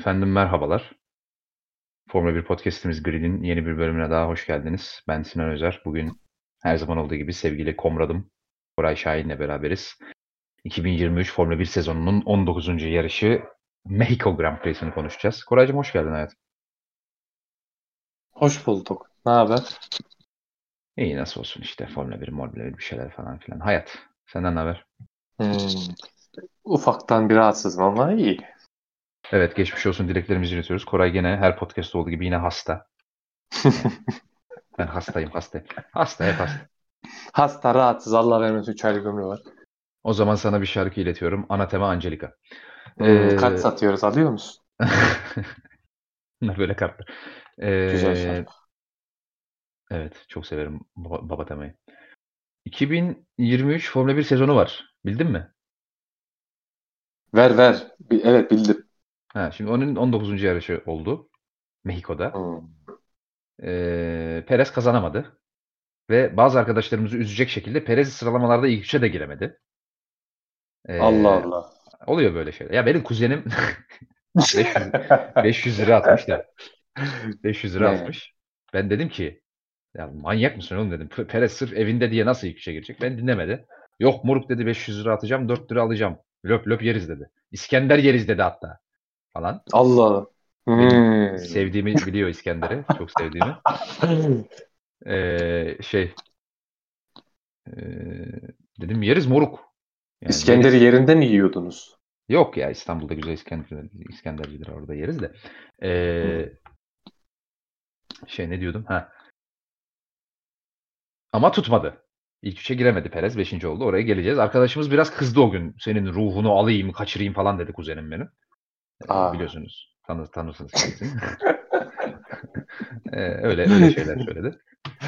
Efendim merhabalar. Formula 1 podcast'imiz Grid'in yeni bir bölümüne daha hoş geldiniz. Ben Sinan Özer. Bugün her zaman olduğu gibi sevgili komradım Koray Şahin'le beraberiz. 2023 Formula 1 sezonunun 19. yarışı Mexico Grand Prix'sini konuşacağız. Koraycığım hoş geldin hayatım. Hoş bulduk. Ne haber? İyi nasıl olsun işte Formula 1 bir şeyler falan filan. Hayat. Senden ne haber? Hmm, ufaktan bir rahatsızım ama iyi. Evet geçmiş olsun dileklerimizi iletiyoruz. Koray gene her podcast olduğu gibi yine hasta. Yani ben hastayım. Hasta hep hasta. Hasta rahatsız. Allah vermesin 3 aylık ömrü var. O zaman sana bir şarkı iletiyorum. Anatema Angelica. Kaç Ee, satıyoruz alıyor musun? Böyle kartlar. Güzel Ee, şarkı. evet, çok severim Baba Temayı. 2023 Formula 1 sezonu var. Bildin mi? Ver ver. Evet bildim. Ha, şimdi onun 19. yarışı oldu Mexico'da. Hmm. Perez kazanamadı ve bazı arkadaşlarımızı üzecek şekilde Perez sıralamalarda ilk üçe de giremedi. Allah Ee, Allah. oluyor böyle şeyler. Ya benim kuzenim 500 500 lira atmış da 500 lira Ne? atmış. Ben dedim ki ya manyak mısın oğlum dedim. Perez sırf evinde diye nasıl ilk üçe girecek? Ben dinlemedi. Yok moruk dedi 500 lira atacağım 4 lira alacağım. Löp löp yeriz dedi. İskender yeriz dedi hatta falan. Allah. Benim Hmm. sevdiğimi biliyor İskender'i. Çok sevdiğimi. Şey dedim yeriz moruk. Yani İskender'i yeriz. yerinde mi yiyordunuz? Yok ya İstanbul'da güzel İskendercidir orada yeriz de. Hmm. Ee, ne diyordum? Ha. Ama tutmadı. İlk üçe giremedi Perez. Beşinci oldu. Oraya geleceğiz. Arkadaşımız biraz kızdı o gün. Senin ruhunu alayım, kaçırayım falan dedi kuzenim benim. Aa. Biliyorsunuz. Tanırsınız kendisini. Öyle şeyler söyledi.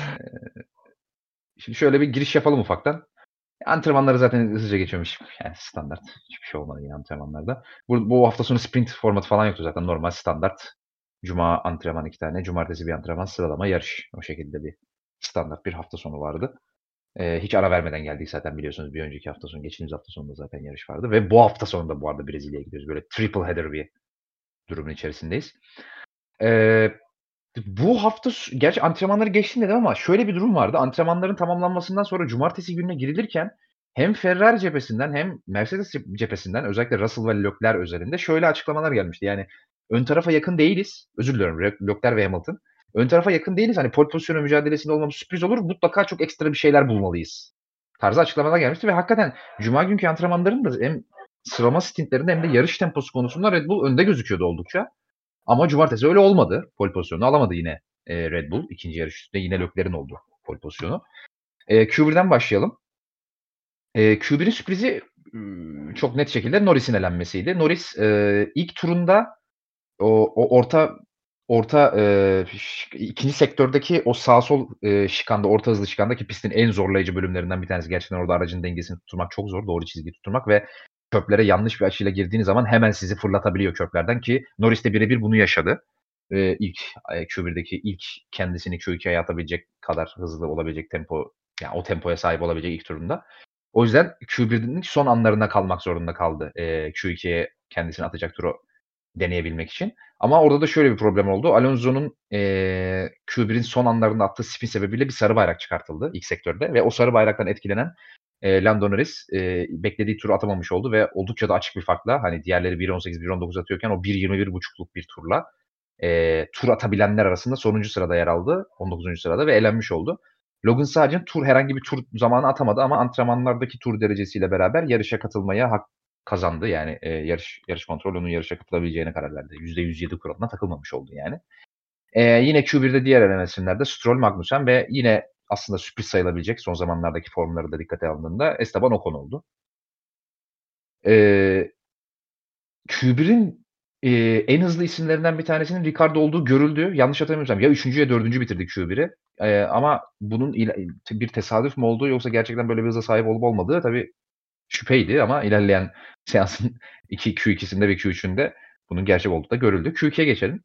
Şimdi şöyle bir giriş yapalım ufaktan. Antrenmanları zaten hızlıca geçiyormuş. Yani standart. Hiçbir şey olmadı yine antrenmanlarda. Bu hafta sonu sprint formatı falan yoktu zaten. Normal standart. Cuma antrenman 2 tane. Cumartesi bir antrenman. Sıralama yarış. O şekilde bir standart bir hafta sonu vardı. Hiç ara vermeden geldik zaten biliyorsunuz. Bir önceki hafta sonu, geçtiğimiz hafta sonunda zaten yarış vardı. Ve bu hafta sonunda bu arada Brezilya'ya gidiyoruz. Böyle triple header bir durumun içerisindeyiz. Ee, bu hafta gerçi antrenmanları geçtim dedim ama şöyle bir durum vardı. Antrenmanların tamamlanmasından sonra cumartesi gününe girilirken hem Ferrari cephesinden hem Mercedes cephesinden özellikle Russell ve Leclerc özelinde şöyle açıklamalar gelmişti. Yani ön tarafa yakın değiliz. Özür diliyorum Leclerc ve Hamilton. Ön tarafa yakın değiliz. Hani pole pozisyonu mücadelesinde olmamız sürpriz olur. Mutlaka çok ekstra bir şeyler bulmalıyız. Tarzı açıklamalar gelmişti ve hakikaten Cuma günkü antrenmanların da hem sıralama stintlerinde hem de yarış temposu konusunda Red Bull önde gözüküyordu oldukça. Ama cumartesi öyle olmadı. Pole pozisyonunu alamadı yine Red Bull. İkinci yarış üstünde yine Leclerc'in oldu pole pozisyonu. Q1'den başlayalım. Q1'in sürprizi çok net şekilde Norris'in elenmesiydi. Norris ilk turunda o orta ikinci sektördeki o sağ sol şikanda, orta hızlı şikandaki pistin en zorlayıcı bölümlerinden bir tanesi. Gerçekten orada aracın dengesini tutturmak çok zor. Doğru çizgiyi tutturmak ve köprülere yanlış bir açıyla girdiğiniz zaman hemen sizi fırlatabiliyor köprülerden ki Norris de birebir bunu yaşadı. İlk Q1'deki ilk kendisini Q2'ye atabilecek kadar hızlı olabilecek tempo, yani o tempoya sahip olabilecek ilk turunda. O yüzden Q1'in son anlarına kalmak zorunda kaldı. Q2'ye kendisini atacak turu deneyebilmek için. Ama orada da şöyle bir problem oldu. Alonso'nun Q1'in son anlarında attığı spin sebebiyle bir sarı bayrak çıkartıldı ilk sektörde ve o sarı bayraktan etkilenen Lando Norris beklediği turu atamamış oldu ve oldukça da açık bir farkla hani diğerleri 1.18, 1.19 atıyorken o 1.21.5'luk bir turla tur atabilenler arasında sonuncu sırada yer aldı. 19. sırada ve elenmiş oldu. Logan Sargent herhangi bir tur zamanı atamadı ama antrenmanlardaki tur derecesiyle beraber yarışa katılmaya hak kazandı. Yani yarış kontrol onun yarışa katılabileceğine karar verdi. %107 kuralına takılmamış oldu yani. Yine Q1'de diğer elenen isimler de Stroll, Magnussen ve yine aslında sürpriz sayılabilecek son zamanlardaki formları da dikkate alındığında Esteban Ocon oldu. Q1'in en hızlı isimlerinden bir tanesinin Ricardo olduğu görüldü. Yanlış hatırlamıyorsam ya 3. ya 4. bitirdi Q1'i. Ama bunun bir tesadüf mü oldu yoksa gerçekten böyle bir hıza sahip olup olmadığı tabii şüpheydi ama ilerleyen seansın Q2'sinde ve Q3'ünde bunun gerçek olduğu da görüldü. Q2'ye geçelim.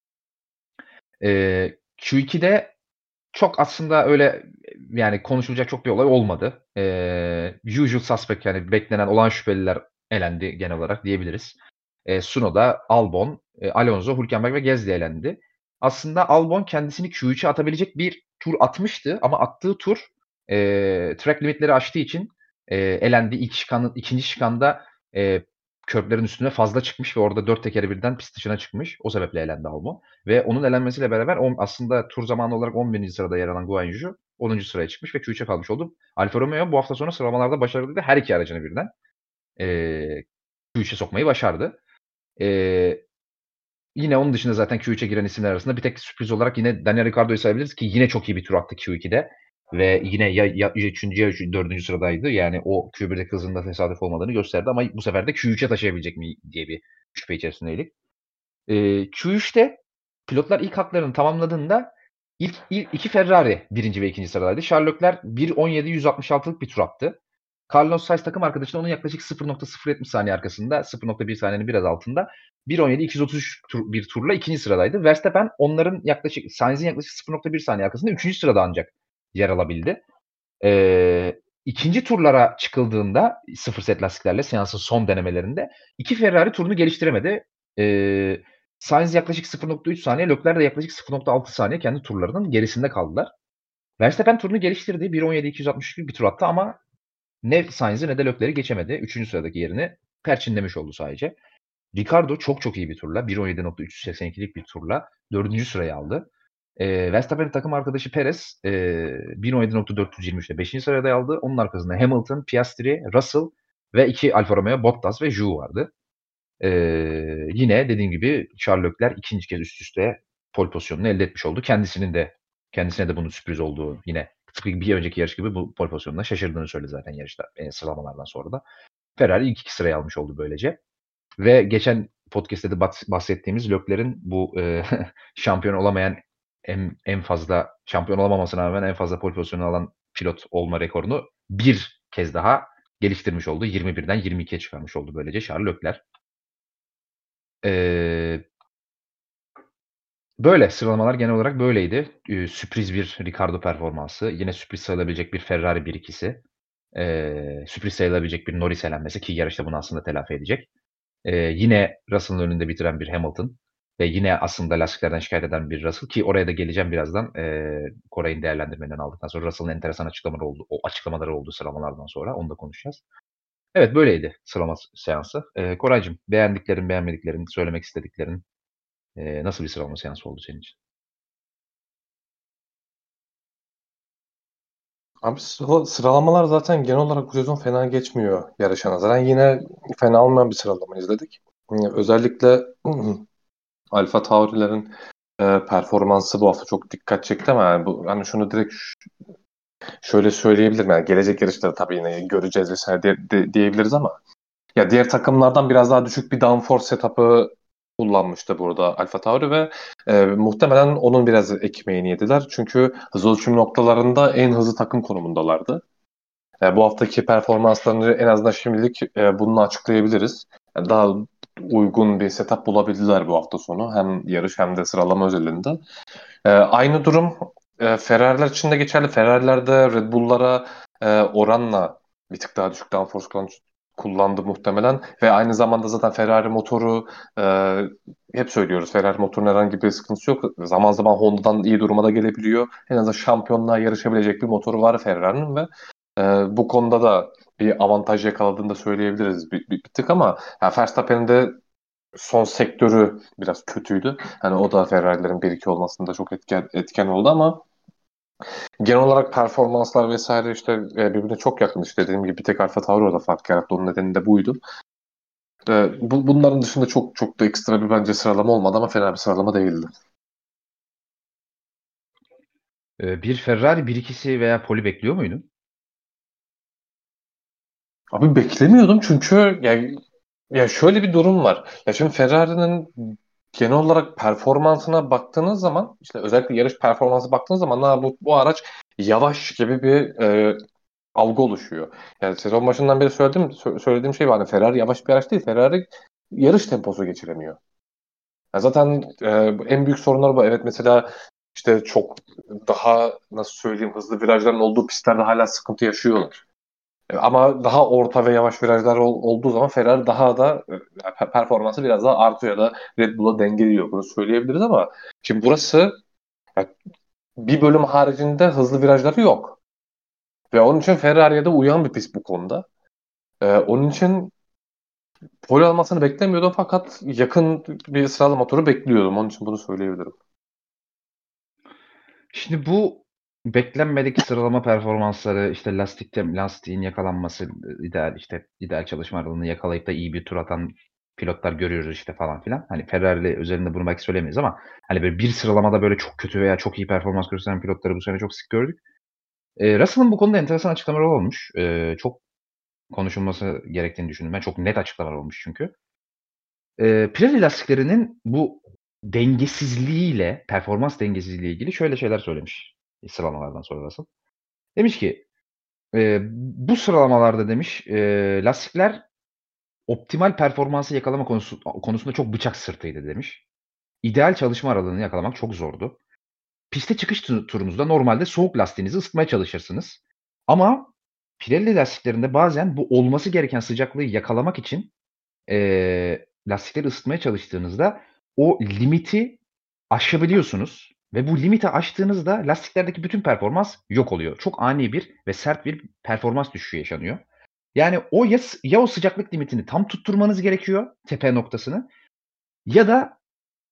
Q2'de çok aslında öyle yani konuşulacak çok bir olay olmadı. Usual suspect yani beklenen olan şüpheliler elendi genel olarak diyebiliriz. Tsunoda, Albon, Alonso, Hülkenberg ve Gasly elendi. Aslında Albon kendisini Q3'e atabilecek bir tur atmıştı ama attığı tur track limitleri aştığı için elendi. İkinci şikanda köprülerin üstüne fazla çıkmış ve orada 4 tekeri birden pist dışına çıkmış. O sebeple elendi Albon. Ve onun elenmesiyle beraber aslında tur zamanı olarak 11. sırada yer alan Guanyu Zhou 10. sıraya çıkmış ve Q3'e kalmış oldu. Alfa Romeo bu hafta sonu sıralamalarda başarılıydı. Her iki aracını birden Q3'e sokmayı başardı. Yine onun dışında zaten Q3'e giren isimler arasında bir tek sürpriz olarak yine Daniel Ricciardo'yu sayabiliriz ki yine çok iyi bir tur attı Q2'de. Ve yine ya 3. ya 4. sıradaydı. Yani o Q1'deki hızında tesadüf olmadığını gösterdi ama bu sefer de Q3'e taşıyabilecek mi diye bir şüphe içerisindeydik. Q3'te pilotlar ilk haklarını tamamladığında ilk iki Ferrari 1. ve 2. sıradaydı. Charles Leclerc 1.17.166'lık bir tur attı. Carlos Sainz takım arkadaşının onun yaklaşık 0.070 saniye arkasında, 0.1 saniyenin biraz altında 1.17.233 bir turla 2. sıradaydı. Verstappen onların Sainz'in yaklaşık 0.1 saniye arkasında 3. sırada ancak yer alabildi. İkinci turlara çıkıldığında 0 set lastiklerle seansın son denemelerinde iki Ferrari turunu geliştiremedi. Sainz yaklaşık 0.3 saniye, Leclerc de yaklaşık 0.6 saniye kendi turlarının gerisinde kaldılar. Verstappen turunu geliştirdi. 1.17.263 bir tur attı ama ne Sainz'i ne de Leclerc'i geçemedi. 3. sıradaki yerini perçinlemiş oldu sadece. Ricardo çok iyi bir turla 1.17.382'lik bir turla 4. sırayı aldı. Verstappen'in takım arkadaşı Perez 1.17.423'te 5. sırada yer aldı. Onun arkasında Hamilton, Piastri, Russell ve 2 Alfa Romeo, Bottas ve Zhou vardı. Yine dediğim gibi Charles Leclerc ikinci kez üst üste pole pozisyonunu elde etmiş oldu. Kendisine de bunun sürpriz olduğu yine tıpkı bir önceki yarış gibi bu pole pozisyonuna şaşırdığını söyledi zaten yarışta sıralamalardan sonra da. Ferrari ilk iki sırayı almış oldu böylece. Ve geçen podcast'te de bahsettiğimiz Leclerc'in bu şampiyon olamayan en fazla şampiyon olamamasına rağmen en fazla pole pozisyonu alan pilot olma rekorunu bir kez daha geliştirmiş oldu. 21'den 22'ye çıkarmış oldu böylece Charles Leclerc. Böyle sıralamalar genel olarak böyleydi. Sürpriz bir Ricardo performansı, yine sürpriz sayılabilecek bir Ferrari 1-2'si, sürpriz sayılabilecek bir Norris elenmesi ki yarışta bunu aslında telafi edecek. Yine Russell'ın önünde bitiren bir Hamilton ve yine aslında lastiklerden şikayet eden bir Russell ki oraya da geleceğim birazdan. Koray'ın değerlendirmelerini aldıktan sonra Russell'ın enteresan açıklamaları oldu sıralamalardan sonra. Onu da konuşacağız. Evet böyleydi sıralama seansı. Koraycığım beğendiklerin, beğenmediklerin, söylemek istediklerin nasıl bir sıralama seansı oldu senin için? Abi sıralamalar zaten genel olarak bu sezon fena geçmiyor yarışa nazaran. Yine fena olmayan bir sıralama izledik. Özellikle Alfa Tauri'lerin performansı bu hafta çok dikkat çekti ama yani hani şunu direkt şöyle söyleyebilirim. Yani gelecek yarışları tabii yine göreceğiz vesaire diyebiliriz ama ya diğer takımlardan biraz daha düşük bir downforce setup'ı kullanmıştı burada Alfa Tauri ve muhtemelen onun biraz ekmeğini yediler. Çünkü hız ölçüm noktalarında en hızlı takım konumundalardı. Bu haftaki performanslarını en azından şimdilik bununla açıklayabiliriz. Yani daha uygun bir setup bulabildiler bu hafta sonu. Hem yarış hem de sıralama özelinde. Aynı durum Ferrari'ler için de geçerli. Ferrari'ler de Red Bull'lara oranla bir tık daha düşük downforce kullandı muhtemelen. Ve aynı zamanda zaten Ferrari motoru hep söylüyoruz. Ferrari motorunun herhangi bir sıkıntısı yok. Zaman zaman Honda'dan iyi duruma da gelebiliyor. En azından şampiyonluğa yarışabilecek bir motoru var Ferrari'nin ve bu konuda da bir avantaj yakaladığını da söyleyebiliriz bir tık ama yani Verstappen'in de son sektörü biraz kötüydü. Hani o da Ferrari'lerin 1-2 olmasında çok etken oldu ama genel olarak performanslar vesaire işte birbirine çok yakın. İşte dediğim gibi bir tek Alfa Tauri orada fark yarattı. Onun nedeni de buydu. Bunların dışında çok da ekstra bir bence sıralama olmadı ama fena bir sıralama değildi. Bir Ferrari 1-2'si veya poli bekliyor muydun? Abi beklemiyordum çünkü ya şöyle bir durum var. Ya şimdi Ferrari'nin genel olarak performansına baktığınız zaman işte özellikle yarış performansı baktığınız zaman bu araç yavaş gibi bir algı oluşuyor. Yani sezon başından beri söylediğim şey var. Hani Ferrari yavaş bir araç değil. Ferrari yarış temposu geçiremiyor. Ya zaten en büyük sorunlar bu. Evet mesela işte çok daha nasıl söyleyeyim hızlı virajların olduğu pistlerde hala sıkıntı yaşıyorlar. Ama daha orta ve yavaş virajlar olduğu zaman Ferrari daha da performansı biraz daha artıyor ya da Red Bull'a dengeliyor. Bunu söyleyebiliriz ama şimdi burası ya, bir bölüm haricinde hızlı virajları yok. Ve onun için Ferrari'ye de uyan bir pist bu konuda. Onun için pole almasını beklemiyordum fakat yakın bir sıralama turu bekliyordum. Onun için bunu söyleyebilirim. Şimdi bu beklenmedik sıralama performansları, işte lastiğin yakalanması, ideal çalışma aralığını yakalayıp da iyi bir tur atan pilotlar görüyoruz işte falan filan. Hani Ferrari özelinde bunu belki söylemeyiz ama hani böyle bir sıralamada böyle çok kötü veya çok iyi performans gösteren pilotları bu sene çok sık gördük. Russell'ın bu konuda enteresan açıklamaları olmuş. Çok konuşulması gerektiğini düşündüm ben. Çok net açıklamalar olmuş çünkü. Pirelli lastiklerinin bu dengesizliğiyle, performans dengesizliğiyle ilgili şöyle şeyler söylemiş sıralamalardan sonra Russell. Demiş ki, bu sıralamalarda demiş, lastikler optimal performansı yakalama konusunda çok bıçak sırtıydı demiş. İdeal çalışma aralığını yakalamak çok zordu. Piste çıkış turunuzda normalde soğuk lastiğinizi ısıtmaya çalışırsınız. Ama Pirelli lastiklerinde bazen bu olması gereken sıcaklığı yakalamak için lastikleri ısıtmaya çalıştığınızda o limiti aşabiliyorsunuz ve bu limiti aştığınızda lastiklerdeki bütün performans yok oluyor. Çok ani bir ve sert bir performans düşüşü yaşanıyor. Yani ya o sıcaklık limitini tam tutturmanız gerekiyor, tepe noktasını ya da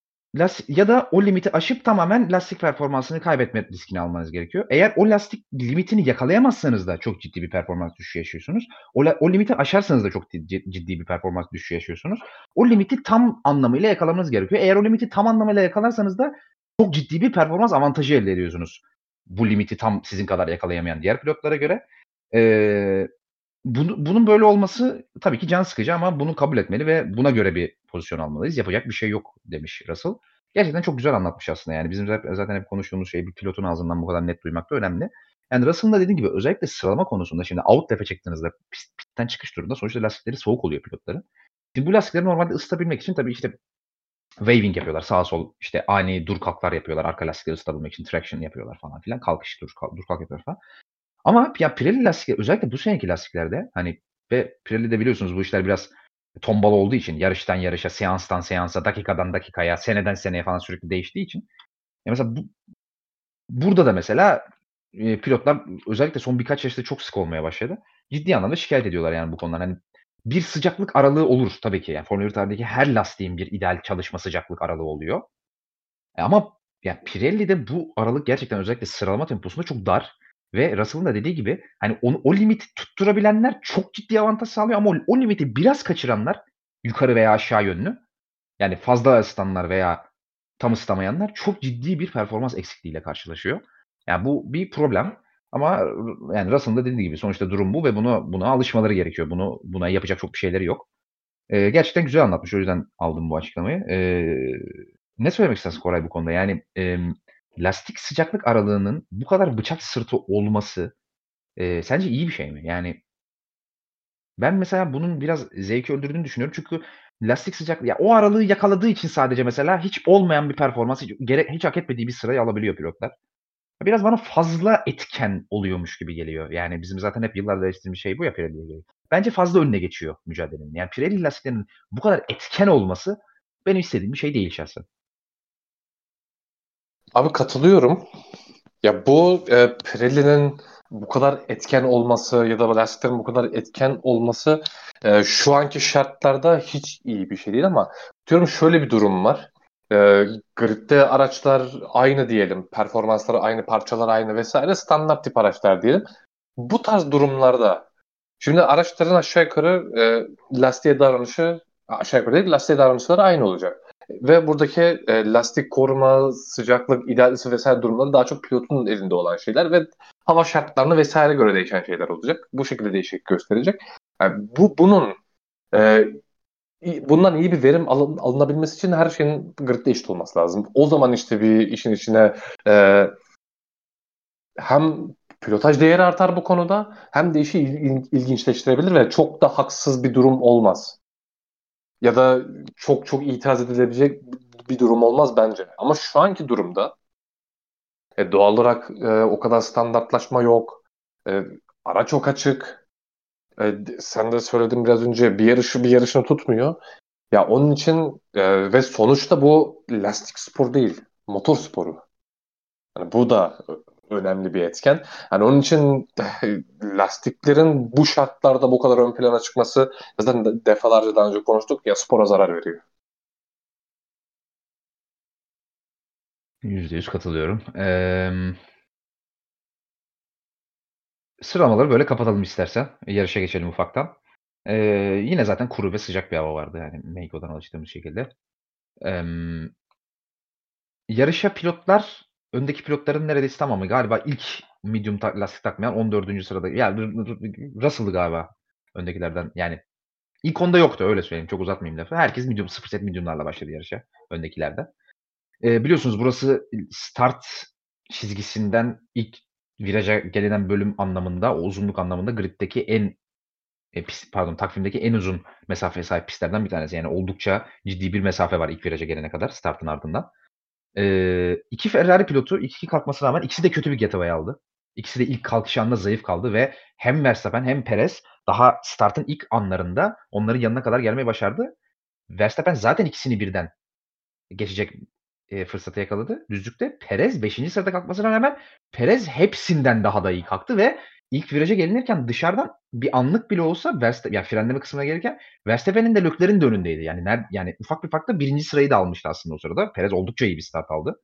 ya da o limiti aşıp tamamen lastik performansını kaybetme riskini almanız gerekiyor. Eğer o lastik limitini yakalayamazsanız da çok ciddi bir performans düşüşü yaşıyorsunuz. O limiti aşarsanız da çok ciddi bir performans düşüşü yaşıyorsunuz. O limiti tam anlamıyla yakalamanız gerekiyor. Eğer o limiti tam anlamıyla yakalarsanız da çok ciddi bir performans avantajı elde ediyorsunuz. Bu limiti tam sizin kadar yakalayamayan diğer pilotlara göre. Eee, bunun böyle olması tabii ki can sıkıcı ama bunu kabul etmeli ve buna göre bir pozisyon almalıyız. Yapacak bir şey yok demiş Russell. Gerçekten çok güzel anlatmış aslında yani. Bizim zaten hep konuştuğumuz şey bir pilotun ağzından bu kadar net duymak da önemli. Yani Russell'ın da dediğim gibi özellikle sıralama konusunda şimdi out lap'e çıktığınızda pistten çıkış turunda sonuçta lastikleri soğuk oluyor pilotların. Şimdi bu lastikleri normalde ısıtabilmek için tabii işte waving yapıyorlar. Sağa sol işte ani dur kalklar yapıyorlar. Arka lastikleri ısıtabilmek için traction yapıyorlar falan filan. Kalkış dur kalk yapıyorlar falan. Ama ya Pirelli lastikleri özellikle bu seneki lastiklerde hani ve Pirelli'de biliyorsunuz bu işler biraz tombala olduğu için yarıştan yarışa, seanstan seansa, dakikadan dakikaya, seneden seneye falan sürekli değiştiği için ya mesela burada da mesela, pilotlar özellikle son birkaç yarışta çok sık olmaya başladı. Ciddi anlamda şikâyet ediyorlar yani bu konudan. Hani bir sıcaklık aralığı olur tabii ki. Yani Formula 1 tarihindeki her lastiğin bir ideal çalışma sıcaklık aralığı oluyor. Ama ya Pirelli'de bu aralık gerçekten özellikle sıralama temposunda çok dar ve Russell'ın da dediği gibi, hani, o limiti tutturabilenler çok ciddi avantaj sağlıyor ama o limiti biraz kaçıranlar yukarı veya aşağı yönlü, yani fazla ısıtanlar veya tam ısıtamayanlar çok ciddi bir performans eksikliğiyle karşılaşıyor. Yani bu bir problem ama yani Russell'ın da dediği gibi sonuçta durum bu ve buna alışmaları gerekiyor. Buna yapacak çok bir şeyleri yok. Gerçekten güzel anlatmış. O yüzden aldım bu açıklamayı. Ne söylemek istersin Koray bu konuda? Yani, lastik sıcaklık aralığının bu kadar bıçak sırtı olması, sence iyi bir şey mi? Yani ben mesela bunun biraz zevki öldürdüğünü düşünüyorum. Çünkü lastik sıcaklığı ya o aralığı yakaladığı için sadece mesela hiç olmayan bir performans, hiç hak etmediği bir sırayı alabiliyor pilotlar. Biraz bana fazla etken oluyormuş gibi geliyor. Yani bizim zaten hep yıllardır eleştirdiğimiz şey bu ya Pirelli'yle ilgili. Bence fazla önüne geçiyor mücadelenin. Yani Pirelli lastiklerinin bu kadar etken olması benim istediğim bir şey değil şahsen. Abi katılıyorum. Ya bu Pirelli'nin bu kadar etken olması ya da lastiklerin bu kadar etken olması şu anki şartlarda hiç iyi bir şey değil ama diyorum şöyle bir durum var. E, Gridde araçlar aynı diyelim, performansları aynı, parçalar aynı vesaire standart tip araçlar diyelim. Bu tarz durumlarda şimdi araçların aşağı yukarı lastiğe davranışı aşağı yukarı değil, lastiğe davranışları aynı olacak. Ve buradaki lastik koruma, sıcaklık, ideal ısı vesaire durumları daha çok pilotun elinde olan şeyler ve hava şartlarına vesaire göre değişen şeyler olacak. Bu şekilde değişiklik gösterecek. Yani e, bundan iyi bir verim alınabilmesi için her şeyin gridde eşit olması lazım. O zaman işte bir işin içine e, hem pilotaj değeri artar bu konuda hem de işi ilginçleştirebilir ve çok da haksız bir durum olmaz. Ya da çok çok itiraz edilebilecek bir durum olmaz bence. Ama şu anki durumda doğal olarak o kadar standartlaşma yok. E, Araç çok açık. Sen de söyledin biraz önce, bir yarışı bir yarışını tutmuyor. Ya onun için ve sonuçta bu lastik spor değil, motor sporu. Yani bu da önemli bir etken. Yani onun için lastiklerin bu şartlarda bu kadar ön plana çıkması, zaten defalarca daha önce konuştuk ya, spora zarar veriyor. %100 katılıyorum. Sıralamaları böyle kapatalım istersen. Yarışa geçelim ufaktan. Yine zaten kuru ve sıcak bir hava vardı yani Mexico'dan alıştığımız şekilde. Emm, Yarışa pilotlar, öndeki pilotların neredeyse tamamı galiba ilk medium lastik takmayan 14. sırada. Ya Russell'dı galiba öndekilerden. Yani ilk 10'da yoktu, öyle söyleyeyim. Çok uzatmayayım lafı. Herkes medium, sıfır set medium'larla başladı yarışa öndekilerden. Biliyorsunuz burası start çizgisinden ilk viraja gelinen bölüm anlamında, o uzunluk anlamında griddeki takvimdeki en uzun mesafeye sahip pistlerden bir tanesi. Yani oldukça ciddi bir mesafe var ilk viraja gelene kadar startın ardından. 2 Ferrari pilotu ilk 2 kalkmasına rağmen ikisi de kötü bir getaway aldı. İkisi de ilk kalkış anında zayıf kaldı ve hem Verstappen hem Perez daha startın ilk anlarında onların yanına kadar gelmeyi başardı. Verstappen zaten ikisini birden geçecek, fırsatı yakaladı düzlükte. Perez 5. sırada kalkmasına rağmen Perez hepsinden daha da iyi kalktı ve ilk viraja gelinirken dışarıdan bir anlık bile olsa ya frenleme kısmına gelirken Verstappen'in de Leclerc'in de önündeydi. Yani ufak bir farkla 1. sırayı da almıştı aslında o sırada. Perez oldukça iyi bir start aldı.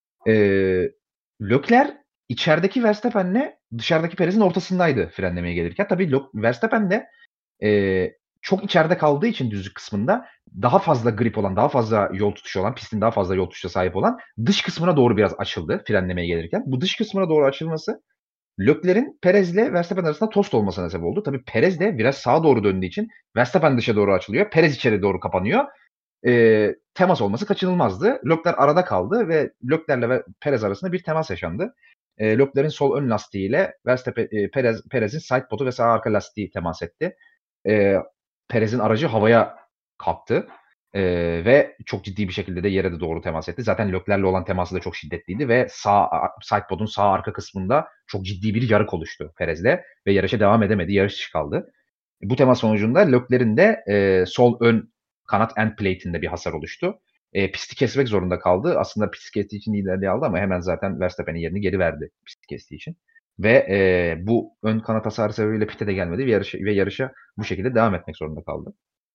Leclerc içerideki Verstappen'le dışarıdaki Perez'in ortasındaydı frenlemeye gelirken. Tabii Verstappen de çok içeride kaldığı için düzlük kısmında daha fazla grip olan, daha fazla yol tutuşu olan, pistin daha fazla yol tutuşuna sahip olan dış kısmına doğru biraz açıldı frenlemeye gelirken. Bu dış kısmına doğru açılması Leclerc'in Perez'le Verstappen arasında tost olmasına sebep oldu. Tabii Perez de biraz sağa doğru döndüğü için Verstappen dışa doğru açılıyor. Perez içeri doğru kapanıyor. Temas olması kaçınılmazdı. Leclerc arada kaldı ve Leclerc'le ve Perez arasında bir temas yaşandı. Leclerc'in sol ön lastiğiyle Perez'in side podu ve sağ arka lastiği temas etti. Perez'in aracı havaya kalktı. Ve çok ciddi bir şekilde de yere de doğru temas etti. Zaten Leclerc'le olan teması da çok şiddetliydi ve sidepod'un sağ arka kısmında çok ciddi bir yarık oluştu Perez'le ve yarışa devam edemedi. Yarış dışı kaldı. Bu temas sonucunda Leclerc'in de sol ön kanat end plate'inde bir hasar oluştu. Pisti kesmek zorunda kaldı. Aslında pisti kestiği için liderliği aldı ama hemen zaten Verstappen'in yerini geri verdi pisti kestiği için. Ve bu ön kanat hasarı sebebiyle pite de gelmedi ve yarışa bu şekilde devam etmek zorunda kaldı.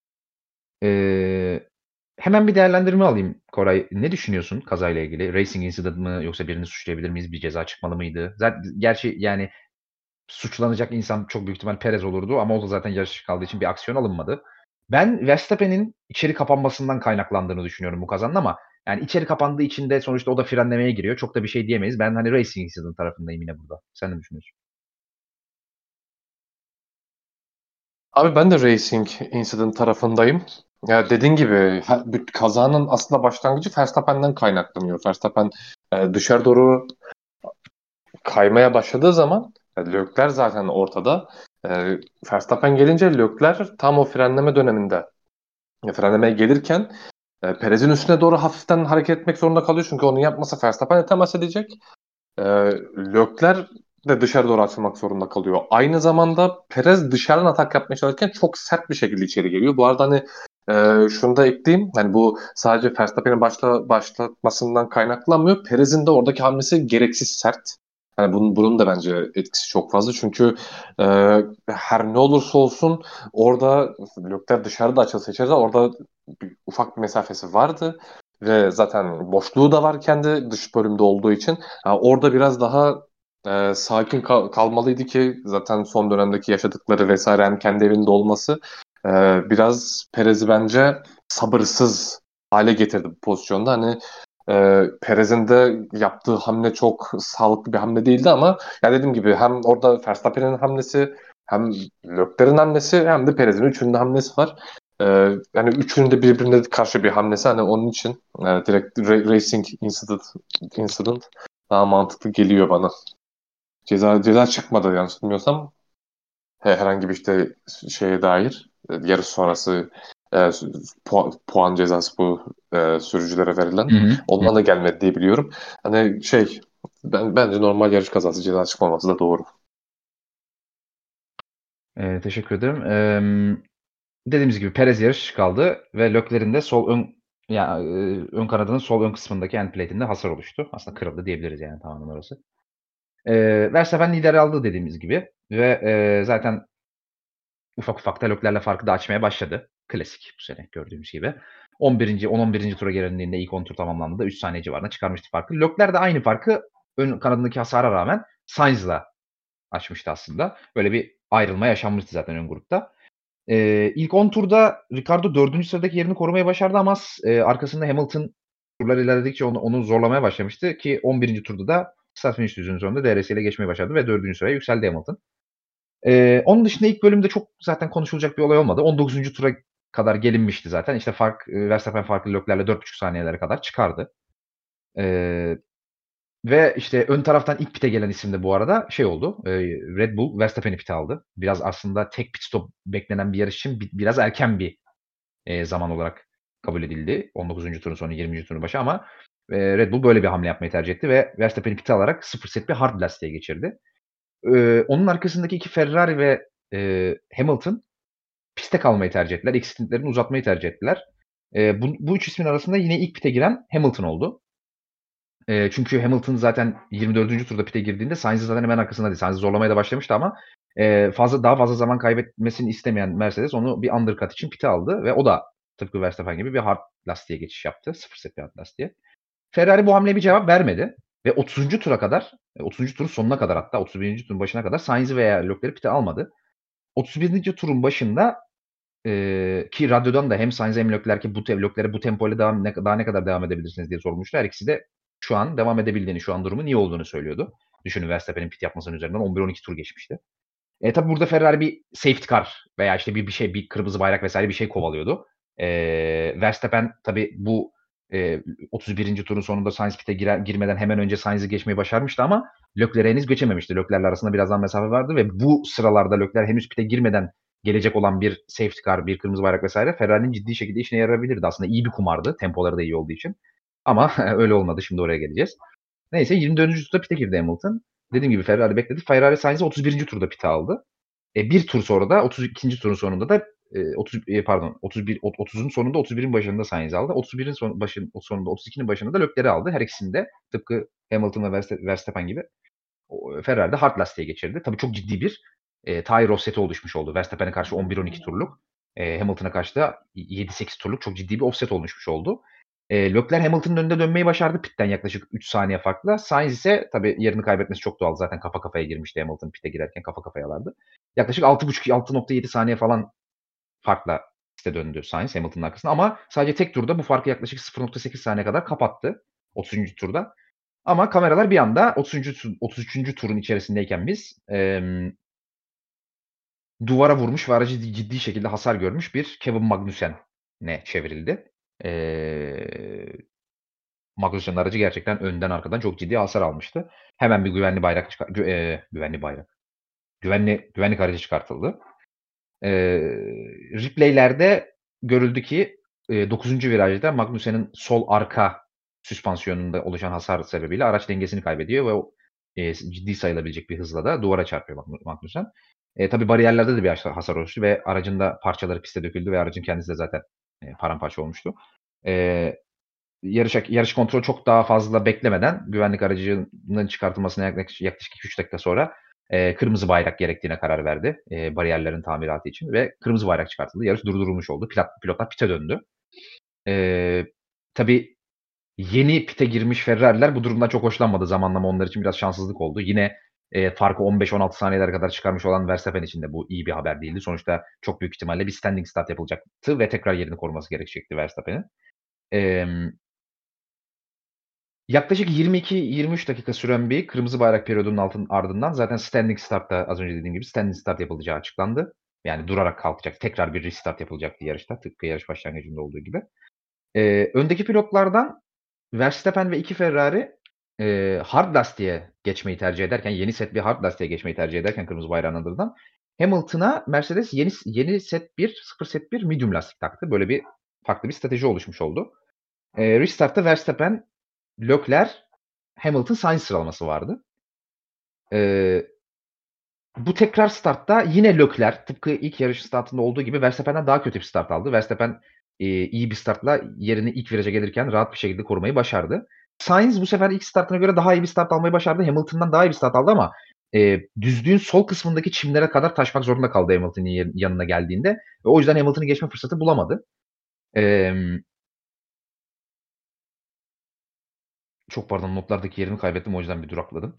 Hemen bir değerlendirme alayım Koray. Ne düşünüyorsun kazayla ilgili? Racing incident mı yoksa birini suçlayabilir miyiz? Bir ceza çıkmalı mıydı? Gerçi yani suçlanacak insan çok büyük ihtimal Perez olurdu ama o da zaten yarış kaldığı için bir aksiyon alınmadı. Ben Verstappen'in içeri kapanmasından kaynaklandığını düşünüyorum bu kazanın ama yani içeri kapandığı için de sonuçta o da frenlemeye giriyor. Çok da bir şey diyemeyiz. Ben hani Racing incident tarafındayım yine burada. Sen ne düşünüyorsun? Abi ben de Racing Incident tarafındayım. Ya dediğin gibi kazanın aslında başlangıcı Verstappen'den kaynaklanıyor. Verstappen dışarı doğru kaymaya başladığı zaman Leclerc zaten ortada. Verstappen gelince Leclerc tam o frenleme döneminde frenlemeye gelirken Perez'in üstüne doğru hafiften hareket etmek zorunda kalıyor. Çünkü onu yapmasa Verstappen'e temas edecek. Leclerc de dışarı doğru açılmak zorunda kalıyor. Aynı zamanda Perez dışarıdan atak yapmaya çalışırken çok sert bir şekilde içeri geliyor. Bu arada hani şunu da ekleyeyim. Hani bu sadece Verstappen'in başlatmasından kaynaklanmıyor. Perez'in de oradaki hamlesi gereksiz sert. Yani bunun da bence etkisi çok fazla. Çünkü e, her ne olursa olsun orada Leclerc dışarıda açılsa içeride orada ufak bir mesafesi vardı. Ve zaten boşluğu da var kendi dış bölümde olduğu için. Ha, orada biraz daha sakin kalmalıydı ki zaten son dönemdeki yaşadıkları vesaire hem kendi evinde olması e, biraz Perez'i bence sabırsız hale getirdi bu pozisyonda. Hani Perez'in de yaptığı hamle çok sağlıklı bir hamle değildi ama ya dediğim gibi hem orada Verstappen'in hamlesi hem Leclerc'in hamlesi hem de Perez'in üçünün de hamlesi var. Yani üçünün de birbirine karşı bir hamlesi hani onun için direkt Racing Incident daha mantıklı geliyor bana. Ceza çıkmadı yanlış bilmiyorsam. Herhangi bir işte şeye dair yarış sonrası puan cezası bu sürücülere verilen. Hı hı. Ondan da gelmedi diye biliyorum. Hani bence normal yarış kazası ceza çıkmaması da doğru. Teşekkür ederim. Dediğimiz gibi Perez yarış dışı kaldı ve Leclerc'in de ön kanadının sol ön kısmındaki end plate'inde hasar oluştu. Aslında kırıldı diyebiliriz yani tamamen orası. Verstappen lider aldı dediğimiz gibi ve, zaten ufak ufak da Leclerc'le farkı da açmaya başladı. Klasik bu sene gördüğümüz gibi. 10-11. tura gelindiğinde ilk 10 tur tamamlandığında 3 saniye civarında çıkarmıştı farkı. Leclerc de aynı farkı ön kanadındaki hasara rağmen Sainz'la açmıştı aslında. Böyle bir ayrılma yaşanmıştı zaten ön grupta. İlk 10 turda Ricardo 4. sıradaki yerini korumayı başardı ama arkasında Hamilton turlar ilerledikçe onu zorlamaya başlamıştı ki 11. turda da start finish düzlüğünün sonunda DRS ile geçmeyi başardı ve 4. sıraya yükseldi Hamilton. Onun dışında ilk bölümde çok zaten konuşulacak bir olay olmadı. 19. tura kadar gelinmişti zaten. İşte Verstappen farkı Leclerc'le 4,5 saniyelere kadar çıkardı. Eee, ve işte ön taraftan ilk pit'e gelen isim de bu arada şey oldu. Red Bull Verstappen'i pit'e aldı. Biraz aslında tek pit stop beklenen bir yarış için biraz erken bir zaman olarak kabul edildi. 19. turun sonu 20. turun başı ama Red Bull böyle bir hamle yapmayı tercih etti ve Verstappen'i pit'e alarak 0 set bir hard lastiğe geçirdi. Onun arkasındaki 2 Ferrari ve Hamilton pistte kalmayı tercih ettiler. İlk stintlerini uzatmayı tercih ettiler. Bu 3 ismin arasında yine ilk pit'e giren Hamilton oldu. Çünkü Hamilton zaten 24. turda pit'e girdiğinde Sainz'in zaten hemen arkasındaydı. Sainz zorlamaya da başlamıştı ama daha fazla zaman kaybetmesini istemeyen Mercedes onu bir undercut için pit'e aldı ve o da tıpkı Verstappen gibi bir hard lastiğe geçiş yaptı. 0 set bir hard lastiğe. Ferrari bu hamleye bir cevap vermedi ve 30. tura kadar, 30. turun sonuna kadar hatta 31. turun başına kadar Sainz'i veya Leclerc'i pit'e almadı. 31. turun başında ki radyodan da hem Sainz hem Leclerc'e bu tempoyla daha ne kadar devam edebilirsiniz diye sorulmuştu. Her ikisi de şu an devam edebildiğini, şu an durumun iyi olduğunu söylüyordu. Düşünün Verstappen'in pit yapmasının üzerinden 11-12 tur geçmişti. Tabii burada Ferrari bir safety car veya işte bir kırmızı bayrak vesaire bir şey kovalıyordu. Verstappen tabii bu 31. turun sonunda Sainz pit'e girmeden hemen önce Sainz'i geçmeyi başarmıştı ama Leclerc'e henüz geçememişti. Leclerc'le arasında biraz daha mesafe vardı ve bu sıralarda Leclerc henüz pit'e girmeden gelecek olan bir safety car, bir kırmızı bayrak vesaire Ferrari'nin ciddi şekilde işine yarayabilirdi. Aslında iyi bir kumardı. Tempoları da iyi olduğu için. Ama öyle olmadı. Şimdi oraya geleceğiz. Neyse 24. turda pit'e girdi Hamilton. Dediğim gibi Ferrari bekledi. Ferrari Sainz'i 31. turda pit'e aldı. Bir tur sonra da 32. turun sonunda da 30'un sonunda 31'in başında Sainz aldı. 31'in sonunda 32'nin başında da Leclerc'i aldı. Her ikisini de tıpkı Hamilton ve Verstappen gibi Ferrari'de hard lastiğe geçirdi. Tabii çok ciddi bir tire offset'i oluşmuş oldu. Verstappen'e karşı 11-12 turluk, Hamilton'a karşı da 7-8 turluk çok ciddi bir offset oluşmuş oldu. Leclerc Hamilton'ın önünde dönmeyi başardı pit'ten yaklaşık 3 saniye farkla. Sainz ise tabii yerini kaybetmesi çok doğal. Zaten kafa kafaya girmişti Hamilton pit'e girerken kafa kafayalardı. Yaklaşık 6,5-6,7 saniye falan farkla piste döndü Sainz Hamilton'ın arkasında ama sadece tek turda bu farkı yaklaşık 0,8 saniye kadar kapattı 30. turda. Ama kameralar bir anda 33. turun içerisindeyken biz duvara vurmuş ve aracı ciddi şekilde hasar görmüş bir Kevin Magnussen'e çevrildi. Eee, Magnussen'in aracı gerçekten önden arkadan çok ciddi hasar almıştı. Hemen bir güvenlik aracı çıkartıldı. Replay'lerde görüldü ki 9. virajda Magnussen'in sol arka süspansiyonunda oluşan hasar sebebiyle araç dengesini kaybediyor ve o ciddi sayılabilecek bir hızla da duvara çarpıyor Magnussen. Tabii bariyerlerde de bir hasar oluştu ve aracın da parçaları piste döküldü ve aracın kendisi de zaten paramparça olmuştu. Eee, yarış kontrolü çok daha fazla beklemeden güvenlik aracının çıkartılmasına yaklaşık 2-3 dakika sonra kırmızı bayrak gerektiğine karar verdi bariyerlerin tamiratı için ve kırmızı bayrak çıkartıldı. Yarış durdurulmuş oldu. Pilotlar pit'e döndü. Eee, tabii yeni pit'e girmiş Ferrari'ler bu durumdan çok hoşlanmadı. Zamanlama onlar için biraz şanssızlık oldu. Yine farkı 15-16 saniyelere kadar çıkarmış olan Verstappen için de bu iyi bir haber değildi. Sonuçta çok büyük ihtimalle bir standing start yapılacaktı ve tekrar yerini koruması gerekecekti Verstappen'in. Emm Yaklaşık 22-23 dakika süren bir kırmızı bayrak periyodunun ardından zaten standing start'ta az önce dediğim gibi standing start yapılacağı açıklandı. Yani durarak kalkacak, tekrar bir restart yapılacaktı yarışta tıpkı yarış başlangıcında olduğu gibi. Öndeki pilotlardan Verstappen ve 2 Ferrari, hard lastiğe geçmeyi tercih ederken, yeni set bir hard lastiğe geçmeyi tercih ederken kırmızı bayrağın ardından Hamilton'a Mercedes yeni set 1, 0 set 1 medium lastik taktı. Böyle bir farklı bir strateji oluşmuş oldu. Restart'ta Verstappen, Leclerc, Hamilton, Sainz sıralaması vardı. Eee Bu tekrar startta yine Leclerc tıpkı ilk yarış startında olduğu gibi Verstappen'den daha kötü bir start aldı. Verstappen iyi bir startla yerini ilk viraja gelirken rahat bir şekilde korumayı başardı. Sainz bu sefer ilk startına göre daha iyi bir start almayı başardı. Hamilton'dan daha iyi bir start aldı ama düzlüğün sol kısmındaki çimlere kadar taşmak zorunda kaldı Hamilton'ın yanına geldiğinde. Ve o yüzden Hamilton'ı geçme fırsatı bulamadı. Çok pardon, notlardaki yerimi kaybettim, o yüzden bir durakladım.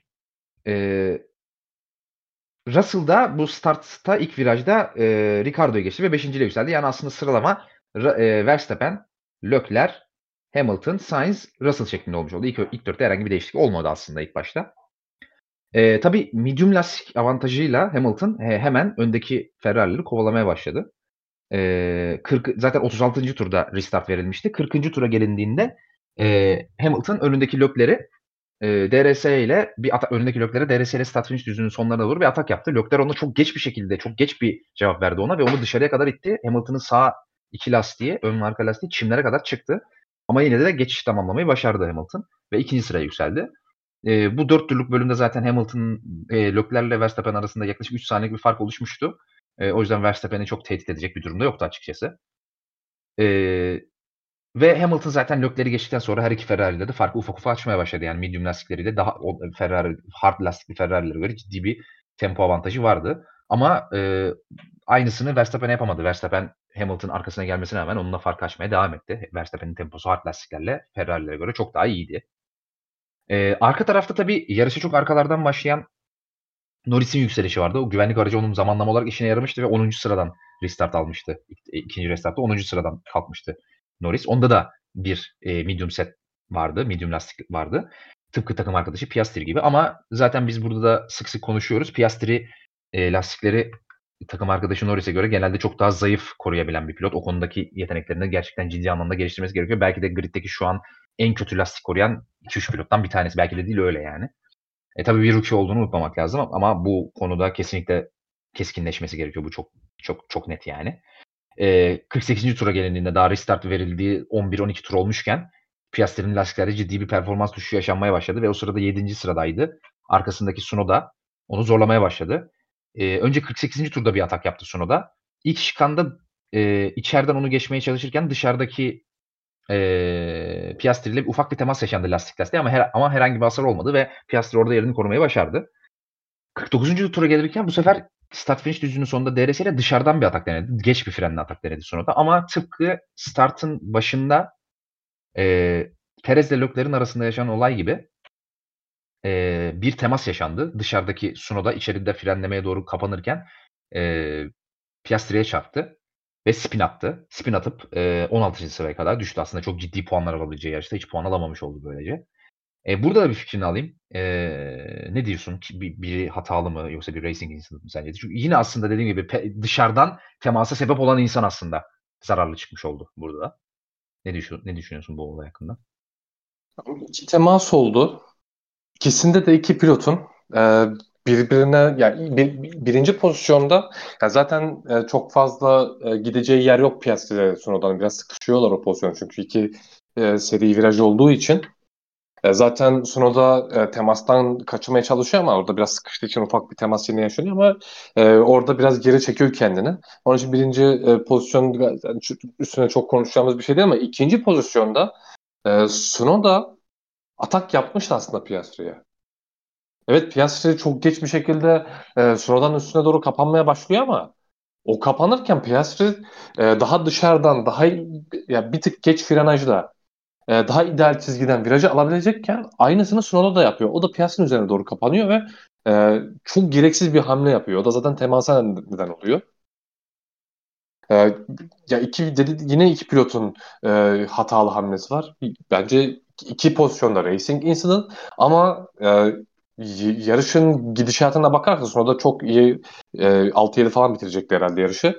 Russell da bu startta ilk virajda Ricciardo'yu geçti ve 5.'liğe yükseldi. Yani aslında sıralama Verstappen, Leclerc, Hamilton, Sainz, Russell şeklinde olmuş oldu. İlk dörtte herhangi bir değişiklik olmadı aslında ilk başta. Tabii medium lastik avantajıyla Hamilton hemen öndeki Ferrari'leri kovalamaya başladı. 40, zaten 36. turda restart verilmişti. 40. tura gelindiğinde Hamilton önündeki Leclerc'i DRS ile önündeki Leclerc'e DRS ile start finish düzlüğünün sonlarına doğru bir atak yaptı. Leclerc ona çok geç bir şekilde, çok geç bir cevap verdi ona ve onu dışarıya kadar itti. Hamilton'ın sağ iki lastiği, ön ve arka lastiği çimlere kadar çıktı. Ama yine de geçiş tamamlamayı başardı Hamilton ve ikinci sıraya yükseldi. Bu 4 turluk bölümde zaten Hamilton, Leclerc ile Verstappen arasında yaklaşık 3 saniyelik bir fark oluşmuştu. O yüzden Verstappen'i çok tehdit edecek bir durumda yoktu açıkçası. Ve Hamilton zaten Leclerc'i geçtikten sonra her iki Ferrari'de de farkı ufak ufak açmaya başladı. Yani medium lastikleriyle daha hard lastikli Ferrari'lere göre ciddi bir tempo avantajı vardı. Ama aynısını Verstappen yapamadı. Verstappen Hamilton'ın arkasına gelmesine rağmen onunla fark açmaya devam etti. Verstappen'in temposu hard lastiklerle Ferrari'lere göre çok daha iyiydi. Arka tarafta tabii yarışa çok arkalardan başlayan Norris'in yükselişi vardı. O güvenlik aracı onun zamanlama olarak işine yaramıştı ve 10. sıradan restart almıştı. İkinci restartta 10. sıradan kalkmıştı Norris. Onda da bir medium set vardı. Medium lastik vardı. Tıpkı takım arkadaşı Piastri gibi. Ama zaten biz burada da sık sık konuşuyoruz. Piastri lastikleri takım arkadaşı Norris'e göre genelde çok daha zayıf koruyabilen bir pilot. O konudaki yeteneklerini gerçekten ciddi anlamda geliştirmesi gerekiyor. Belki de griddeki şu an en kötü lastik koruyan 2-3 pilottan bir tanesi. Belki de değil, öyle yani. Tabii bir rookie olduğunu unutmamak lazım ama bu konuda kesinlikle keskinleşmesi gerekiyor. Bu çok çok çok net yani. 48. tura gelindiğinde daha restart verildiği 11-12 tur olmuşken Piastri'nin lastiklerde ciddi bir performans düşüşü yaşanmaya başladı ve o sırada 7. sıradaydı. Arkasındaki Tsunoda onu zorlamaya başladı. Önce 48. turda bir atak yaptı Tsunoda. İlk şikanda içeriden onu geçmeye çalışırken dışarıdaki Piastri ile ufak bir temas yaşandı lastik lastiğe ama herhangi bir hasar olmadı ve Piastri orada yerini korumayı başardı. 49. tura gelirken bu sefer start finish düzlüğünün sonunda DRS ile dışarıdan bir atak denedi. Geç bir frenle atak denedi sonunda ama tıpkı startın başında Perez ile Leclerc'in arasında yaşanan olay gibi bir temas yaşandı. Dışarıdaki Tsunoda içeride frenlemeye doğru kapanırken Piastri'ye çarptı ve spin attı. Spin atıp 16. sıraya kadar düştü. Aslında çok ciddi puanlar alabileceği yarışta hiç puan alamamış oldu böylece. Burada da bir fikrini alayım. Ne diyorsun? Biri hatalı mı yoksa bir racing incident mı sence? Çünkü yine aslında dediğim gibi dışarıdan temasa sebep olan insan aslında zararlı çıkmış oldu burada da. Ne düşünüyorsun bu olay hakkında? İki temas oldu. İkisinde de iki pilotun birbirine yani birinci pozisyonda zaten çok fazla gideceği yer yok Piastri'de sonradan biraz sıkışıyorlar o pozisyon çünkü iki seri viraj olduğu için zaten Tsunoda temastan kaçırmaya çalışıyor ama orada biraz sıkıştığı için ufak bir temas yine yaşanıyor ama orada biraz geri çekiyor kendini. Onun için birinci pozisyon yani üstüne çok konuşacağımız bir şey değil ama ikinci pozisyonda Tsunoda atak yapmıştı aslında Piastri'ye. Evet, Piastri çok geç bir şekilde Tsunoda'nın üstüne doğru kapanmaya başlıyor ama o kapanırken Piastri daha dışarıdan ya bir tık geç frenajla daha ideal çizgiden virajı alabilecekken aynısını Tsunoda da yapıyor. O da Piastri'nin üzerine doğru kapanıyor ve çok gereksiz bir hamle yapıyor. O da zaten temasa neden oluyor. E, ya yine iki pilotun hatalı hamlesi var. Bence iki pozisyonda racing incident ama yarışın gidişatına bakarsan sonra da çok iyi 6-7 falan bitirecekti herhalde yarışı.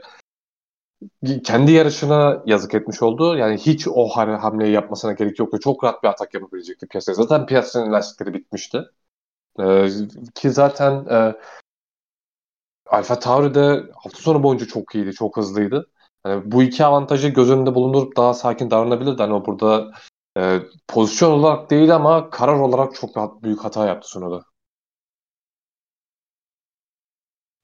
Kendi yarışına yazık etmiş oldu. Yani hiç o hamleyi yapmasına gerek yoktu. Çok rahat bir atak yapabilecekti piyasaya. Zaten piyasanın lastikleri bitmişti. E, ki zaten Alfa Tauri'de hafta sonu boyunca çok iyiydi, çok hızlıydı. Yani bu iki avantajı göz önünde bulundurup daha sakin davranabilirdi. Hani burada pozisyon olarak değil ama karar olarak çok büyük hata yaptı Tsunoda.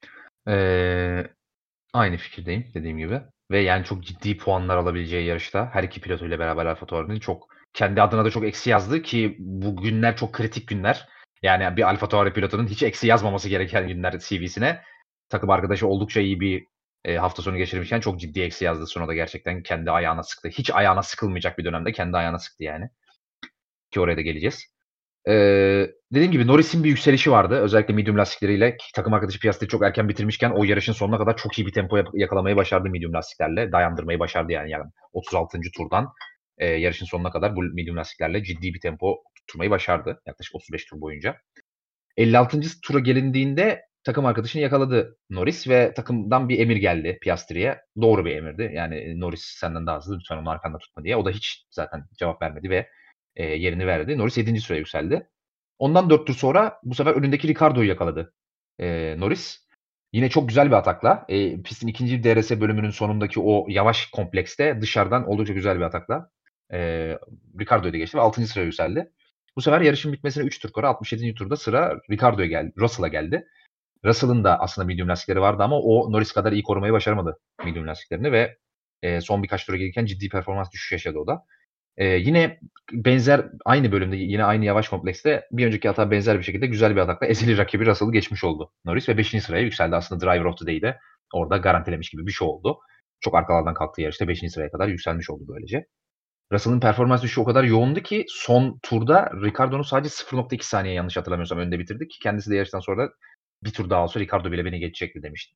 Eee, aynı fikirdeyim dediğim gibi ve yani çok ciddi puanlar alabileceği yarışta her iki pilotuyla beraber AlphaTauri'nin çok kendi adına da çok eksi yazdı ki bu günler çok kritik günler. Yani bir AlphaTauri pilotunun hiç eksi yazmaması gereken günler CV'sine. Takım arkadaşı oldukça iyi bir, hafta sonu geçirmişken çok ciddi eksi yazdı. Tsunoda gerçekten kendi ayağına sıktı. Hiç ayağına sıkılmayacak bir dönemde kendi ayağına sıktı yani ki oraya da geleceğiz. Dediğim gibi Norris'in bir yükselişi vardı. Özellikle medium lastikleriyle takım arkadaşı Piastri'yi çok erken bitirmişken o yarışın sonuna kadar çok iyi bir tempo yakalamayı başardı medium lastiklerle. Dayandırmayı başardı yani 36. turdan, yarışın sonuna kadar bu medium lastiklerle ciddi bir tempo tutturmayı başardı yaklaşık 35 tur boyunca. 56. tura gelindiğinde takım arkadaşını yakaladı Norris ve takımdan bir emir geldi Piastri'ye. Doğru bir emirdi. Yani Norris senden daha hızlı, lütfen onu arkanda tutma diye. O da hiç zaten cevap vermedi ve yerini verdi. Norris 7. sıraya yükseldi. Ondan 4 tur sonra bu sefer önündeki Ricardo'yu yakaladı Norris. Yine çok güzel bir atakla, pistin 2. DRS bölümünün sonundaki o yavaş komplekste dışarıdan oldukça güzel bir atakla Ricardo'yu da geçti ve 6. sıraya yükseldi. Bu sefer yarışın bitmesine 3 tur kala 67. turda sıra Russell'a geldi. Russell'ın da aslında medium lastikleri vardı ama o Norris kadar iyi korumayı başaramadı medium lastiklerini ve son birkaç tura gelirken ciddi performans düşüşü yaşadı o da. Yine benzer aynı bölümde yine aynı yavaş komplekste bir önceki hata benzer bir şekilde güzel bir atakla ezeli rakibi Russell'ı geçmiş oldu Norris ve 5. sıraya yükseldi. Aslında Driver of the Day'i de orada garantilemiş gibi bir şey oldu. Çok arkalardan kalktığı yarışta 5. sıraya kadar yükselmiş oldu böylece. Russell'ın performans düşüşü o kadar yoğundu ki son turda Ricardo'nu sadece 0.2 saniye yanlış hatırlamıyorsam önde bitirdi ki kendisi de yarıştan sonra bir tur daha olsa Ricardo bile beni geçecekti demişti.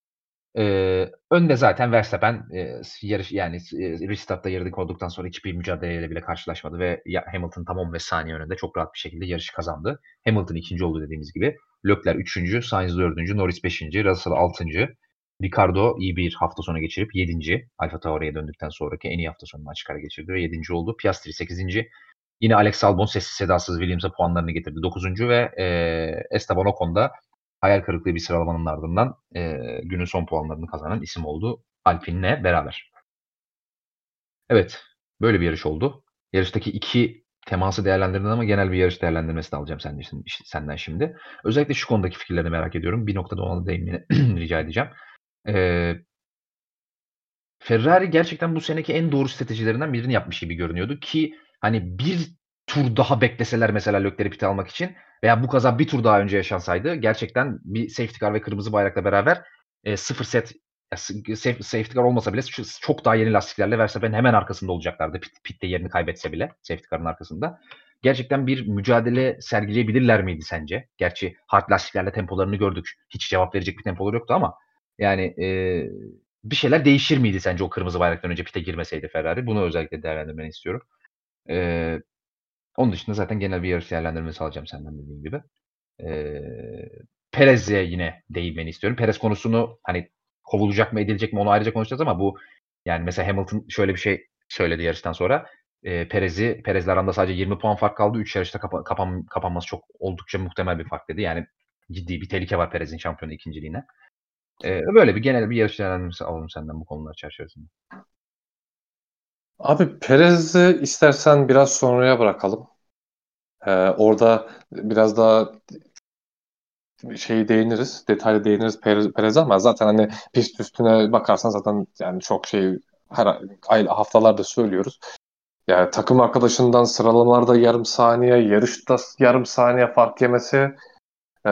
Önde zaten Verstappen, yarış yani restart'ta yarıda olduktan sonra hiçbir mücadeleyle bile karşılaşmadı ve Hamilton tam 15 saniye önünde çok rahat bir şekilde yarışı kazandı. Hamilton 2. oldu dediğimiz gibi. Leclerc 3. Sainz 4. Norris 5. Russell 6. Ricardo iyi bir hafta sonu geçirip 7. AlphaTauri'ye döndükten sonraki en iyi hafta sonunu açık ara geçirdi ve 7. oldu. Piastri 8. Yine Alex Albon sessiz sedasız Williams'a puanlarını getirdi 9. ve Esteban Ocon da hayal kırıklığı bir sıralamanın ardından günün son puanlarını kazanan isim oldu Alpine'le beraber. Evet, böyle bir yarış oldu. Yarıştaki 2 teması değerlendirdin ama genel bir yarış değerlendirmesi de alacağım senden şimdi. Özellikle şu konudaki fikirlerini merak ediyorum. Bir noktada ona değinmeni rica edeceğim. Eee, Ferrari gerçekten bu seneki en doğru stratejilerinden birini yapmış gibi görünüyordu ki hani bir tur daha bekleseler mesela Leclerc'i pite almak için veya bu kaza bir tur daha önce yaşansaydı gerçekten bir safety car ve kırmızı bayrakla beraber, 0 set safety car olmasa bile çok daha yeni lastiklerle Verstappen'in hemen arkasında olacaklardı pitte yerini kaybetse bile safety car'ın arkasında. Gerçekten bir mücadele sergileyebilirler miydi sence? Gerçi hard lastiklerle tempolarını gördük. Hiç cevap verecek bir tempoları yoktu ama yani, bir şeyler değişir miydi sence o kırmızı bayraktan önce pite girmeseydi Ferrari? Bunu özellikle değerlendirmeni istiyorum. Eee, onun dışında zaten genel bir yarış değerlendirmesi alacağım senden dediğim gibi. Eee, Perez'e yine değinmeni istiyorum. Perez konusunu, hani, kovulacak mı edilecek mi onu ayrıca konuşacağız ama bu, yani, mesela Hamilton şöyle bir şey söyledi yarıştan sonra. Perez'le arasında sadece 20 puan fark kaldı. 3 yarışta kapanması çok oldukça muhtemel bir fark dedi. Yani ciddi bir tehlike var Perez'in şampiyonluk ikinciliğine. Böyle bir genel bir yarış değerlendirmesi alalım senden bu konular çerçevesinde. Abi Perez'i istersen biraz sonraya bırakalım. Orada biraz daha detaylı değiniriz Perez'e ama zaten hani pist üstüne bakarsan zaten yani çok şey haftalarda söylüyoruz. Yani takım arkadaşından sıralamalarda yarım saniye, yarışta yarım saniye fark yemesi. e,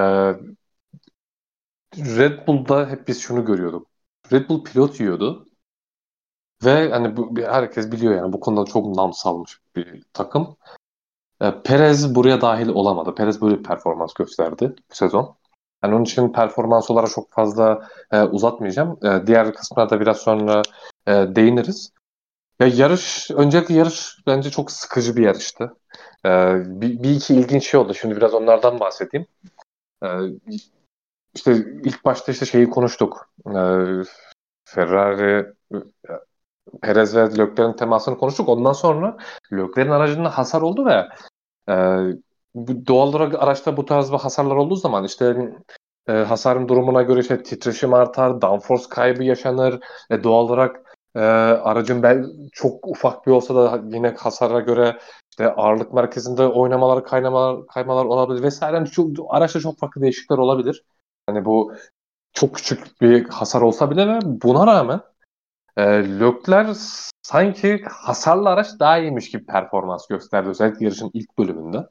Red Bull'da hep biz şunu görüyorduk. Red Bull pilot yiyordu ve hani herkes biliyor yani bu konuda çok nam salmış bir takım. Perez buraya dahil olamadı. Perez böyle bir performans gösterdi bu sezon. Yani onun için performans olarak çok fazla uzatmayacağım. Diğer kısımlarda biraz sonra değiniriz. Ya önceki yarış bence çok sıkıcı bir yarıştı. Bir iki ilginç şey oldu. Şimdi biraz onlardan bahsedeyim. E, işte ilk başta işte şeyi konuştuk. Ferrari, Perez ve Leclerc'in temasını konuştuk. Ondan sonra Leclerc'in aracında hasar oldu ve doğal olarak araçta bu tarz bir hasarlar olduğu zaman işte hasarın durumuna göre işte titreşim artar, downforce kaybı yaşanır. Doğal olarak aracın çok ufak bir olsa da yine hasara göre işte ağırlık merkezinde oynamalar, kaymalar olabilir vesaire. Yani araçta çok farklı değişiklikler olabilir. Hani bu çok küçük bir hasar olsa bile ve buna rağmen Leclerc sanki hasarlı araç daha iyiymiş gibi performans gösterdi. Özellikle yarışın ilk bölümünde.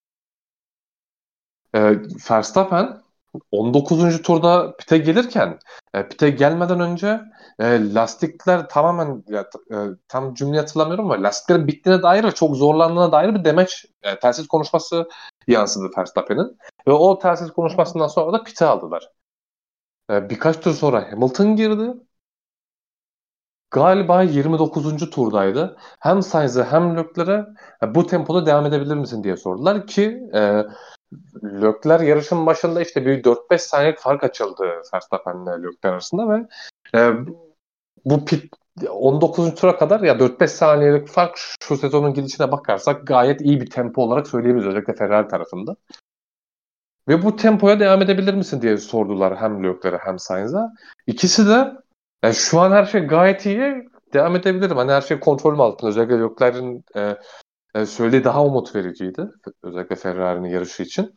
Verstappen 19. turda pite gelirken pite gelmeden önce lastikler tamamen tam cümle hatırlamıyorum ama lastiklerin bittiğine dair ve çok zorlandığına dair bir demeç telsiz konuşması yansıdı Verstappen'in. Ve o telsiz konuşmasından sonra da pite aldılar. Birkaç tur sonra Hamilton girdi. Galiba 29. turdaydı. Hem Sainz'e hem Leclerc'e bu tempoda devam edebilir misin diye sordular ki Leclerc yarışın başında işte bir 4-5 saniyelik fark açıldı Verstappen'le Leclerc arasında ve bu pit 19. tura kadar ya 4-5 saniyelik fark şu sezonun gidişine bakarsak gayet iyi bir tempo olarak söyleyebiliriz özellikle Ferrari tarafında. Ve bu tempoya devam edebilir misin diye sordular hem Leclerc'e hem Sainz'a. İkisi de şu an her şey gayet iyi. Devam edebilirim. Hani her şey kontrolüm altında. Özellikle Leclerc'in söylediği daha umut vericiydi. Özellikle Ferrari'nin yarışı için.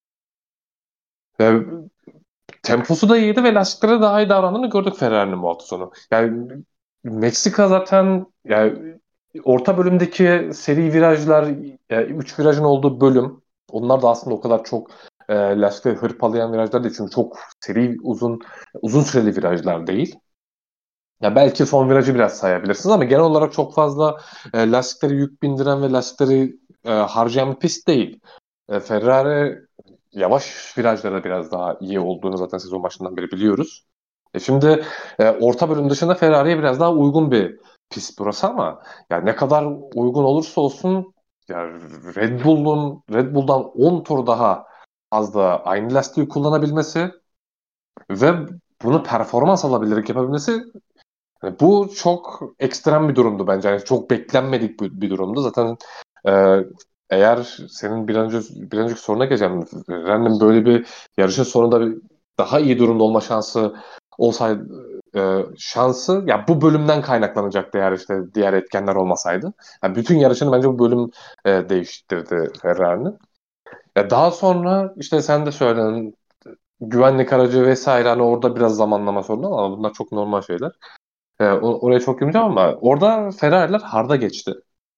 E, Temposu da iyiydi ve lastiklere daha iyi davrandığını gördük Ferrari'nin bu hafta sonu. Yani Meksika zaten yani orta bölümdeki seri virajlar, 3 virajın olduğu bölüm, onlar da aslında o kadar çok lastikleri hırpalayan virajlar değil. Çünkü çok seri, uzun süreli virajlar değil. Ya belki son virajı biraz sayabilirsiniz ama genel olarak çok fazla lastikleri yük bindiren ve lastikleri harcayan bir pist değil. Ferrari yavaş virajlarda biraz daha iyi olduğunu zaten sezon başından beri biliyoruz. Şimdi orta bölüm dışında Ferrari'ye biraz daha uygun bir pist burası ama yani ne kadar uygun olursa olsun yani Red Bull'dan 10 tur daha fazla aynı lastiği kullanabilmesi ve bunu performans alabilerek yapabilmesi yani bu çok ekstrem bir durumdu bence. Yani çok beklenmedik bir durumdu. Zaten e, eğer senin bir önceki soruna geleceğim. Random böyle bir yarışın sonunda daha iyi durumda olma şansı olsaydı şansı ya bu bölümden kaynaklanacaktı eğer işte diğer etkenler olmasaydı. Yani bütün yarışını bence bu bölüm değiştirdi Ferrari'nin. Ya daha sonra işte sen de söyledin güvenlik aracı vesaire hani orada biraz zamanlama sorunu ama bunlar çok normal şeyler. Oraya çok girmeyeceğim ama orada Ferrari'ler harda geçti.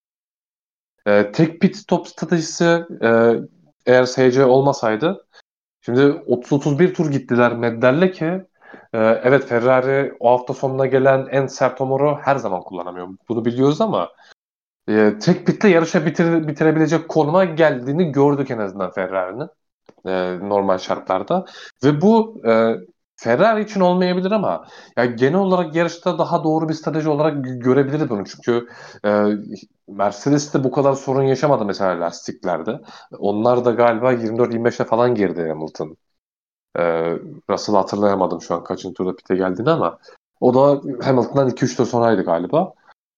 Tek pit stop stratejisi eğer SC olmasaydı şimdi 30-31 tur gittiler Medler'le ki evet Ferrari o hafta sonuna gelen en sert hamuru her zaman kullanamıyor. Bunu biliyoruz ama tek pitle yarışa bitirebilecek konuma geldiğini gördük en azından Ferrari'nin normal şartlarda. Ve bu Ferrari için olmayabilir ama ya genel olarak yarışta daha doğru bir strateji olarak görebiliriz bunu. Çünkü e, Mercedes de bu kadar sorun yaşamadı mesela lastiklerde. Onlar da galiba 24-25'e falan girdi Hamilton. E, Russell'ı hatırlayamadım şu an kaçıncı turda pite geldiğini ama o da Hamilton'dan 2-3 tur sonraydı galiba.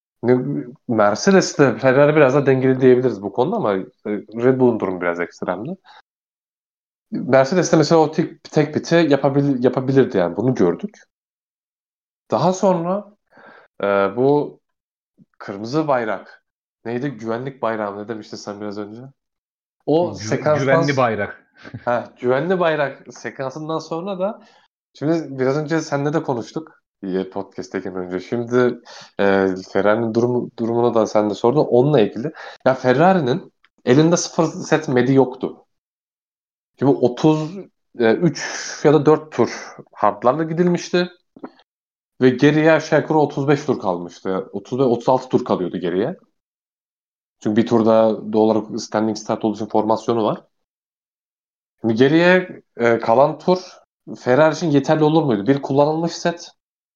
Mercedes de Ferrari biraz da dengeli diyebiliriz bu konuda ama Red Bull'un durumu biraz ekstremdi. Mercedes de mesela o tek piti yapabilirdi yani bunu gördük. Daha sonra e, bu kırmızı bayrak neydi? Güvenlik bayrağı ne demiştin sen biraz önce? O sekanstan Güvenli bayrak. güvenli bayrak sekansından sonra da şimdi biraz önce seninle de konuştuk. Podcast'teki önce. Şimdi Ferrari'nin durumunu da sen de sordun. Onunla ilgili. Ya Ferrari'nin elinde sıfır set medi yoktu. Şimdi 33 ya da 4 tur hardlarla gidilmişti. Ve geriye aşağı yukarı 35 tur kalmıştı. 30 ve 36 tur kalıyordu geriye. Çünkü bir turda doğal olarak standing start olduğu için formasyonu var. Şimdi geriye kalan tur Ferrari için yeterli olur muydu? Bir kullanılmış set.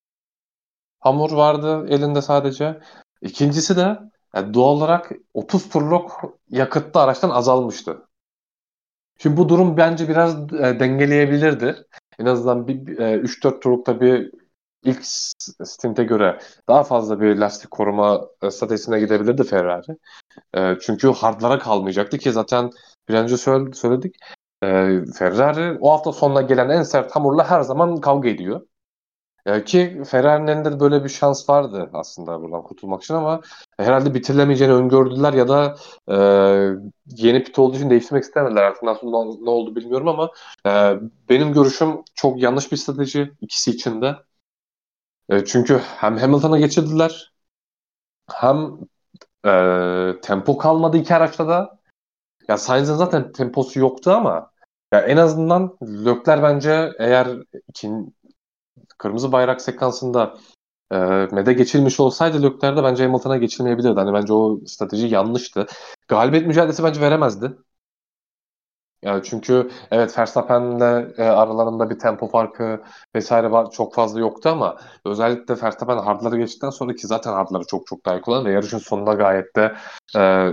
Hamur vardı elinde sadece. İkincisi de doğal olarak 30 turluk yakıtlı araçtan azalmıştı. Şimdi bu durum bence biraz dengeleyebilirdi. En azından 3-4 turlukta bir ilk stinte göre daha fazla bir lastik koruma stratejisine gidebilirdi Ferrari. Çünkü hardlara kalmayacaktı ki zaten bir önce söyledik. Ferrari o hafta sonuna gelen en sert hamurla her zaman kavga ediyor. Ki Ferrari'nin elinde de böyle bir şans vardı aslında buradan kurtulmak için ama herhalde bitirilemeyeceğini öngördüler ya da e, yeni pit olduğu için değiştirmek istemediler. Artık nasıl ne oldu bilmiyorum ama benim görüşüm çok yanlış bir strateji ikisi için de. Çünkü hem Hamilton'a geçirdiler hem tempo kalmadı iki araçta da. Ya Sainz'in zaten temposu yoktu ama ya en azından Leclerc bence eğer kırmızı bayrak sekansında MED'e geçilmiş olsaydı Leclerc de bence Hamilton'a geçilmeyebilirdi. Hani bence o strateji yanlıştı. Galibiyet mücadelesi bence veremezdi. Yani çünkü evet Verstappen'le aralarında bir tempo farkı vesaire var, çok fazla yoktu ama özellikle Verstappen hardları geçtikten sonra ki zaten hardları çok çok daha iyi kullandı ve yarışın sonunda gayet de e,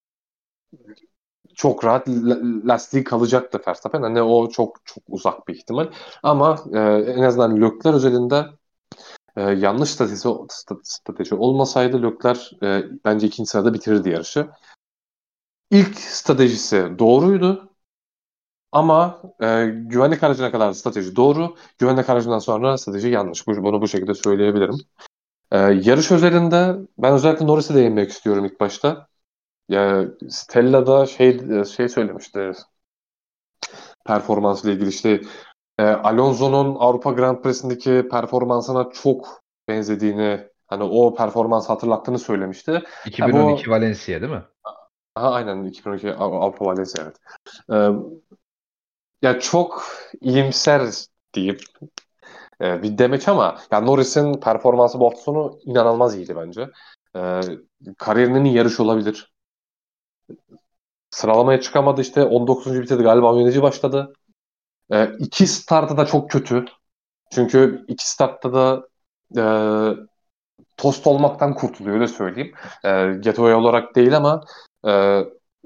çok rahat lastiği kalacaktı Verstappen. Hani o çok çok uzak bir ihtimal. Ama en azından Leclerc özelinde yanlış strateji olmasaydı Leclerc bence ikinci sırada bitirirdi yarışı. İlk stratejisi doğruydu ama güvenlik aracına kadar strateji doğru. Güvenlik aracından sonra strateji yanlış. Bunu bu şekilde söyleyebilirim. Yarış özelinde ben özellikle Norris'e değinmek istiyorum ilk başta. Ya Stella'da şey söylemişti performansla ilgili işte Alonso'nun Avrupa Grand Prix'sindeki performansına çok benzediğini hani o performans hatırlattığını söylemişti. Ha, 2012 Valencia değil mi? aynen 2012 Avrupa Valencia evet. E, Ya çok iyimser diyeyim bir demeç ama ya Norris'in performansı bu hafta sonu inanılmaz iyiydi bence. E, Kariyerinin en iyi yarışı olabilir. Sıralamaya çıkamadı işte 19. bitirdi galiba 17. başladı. İki startı da çok kötü. Çünkü iki startta da e, tost olmaktan kurtuluyor öyle söyleyeyim. Getaway olarak değil ama e,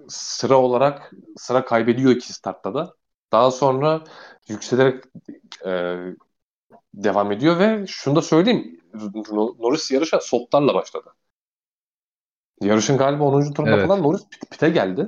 sıra kaybediyor iki startta da. Daha sonra yükselerek e, devam ediyor ve şunu da söyleyeyim. Norris yarışa softlarla başladı. Yarışın galiba 10. turunda falan Evet. Norris pite geldi.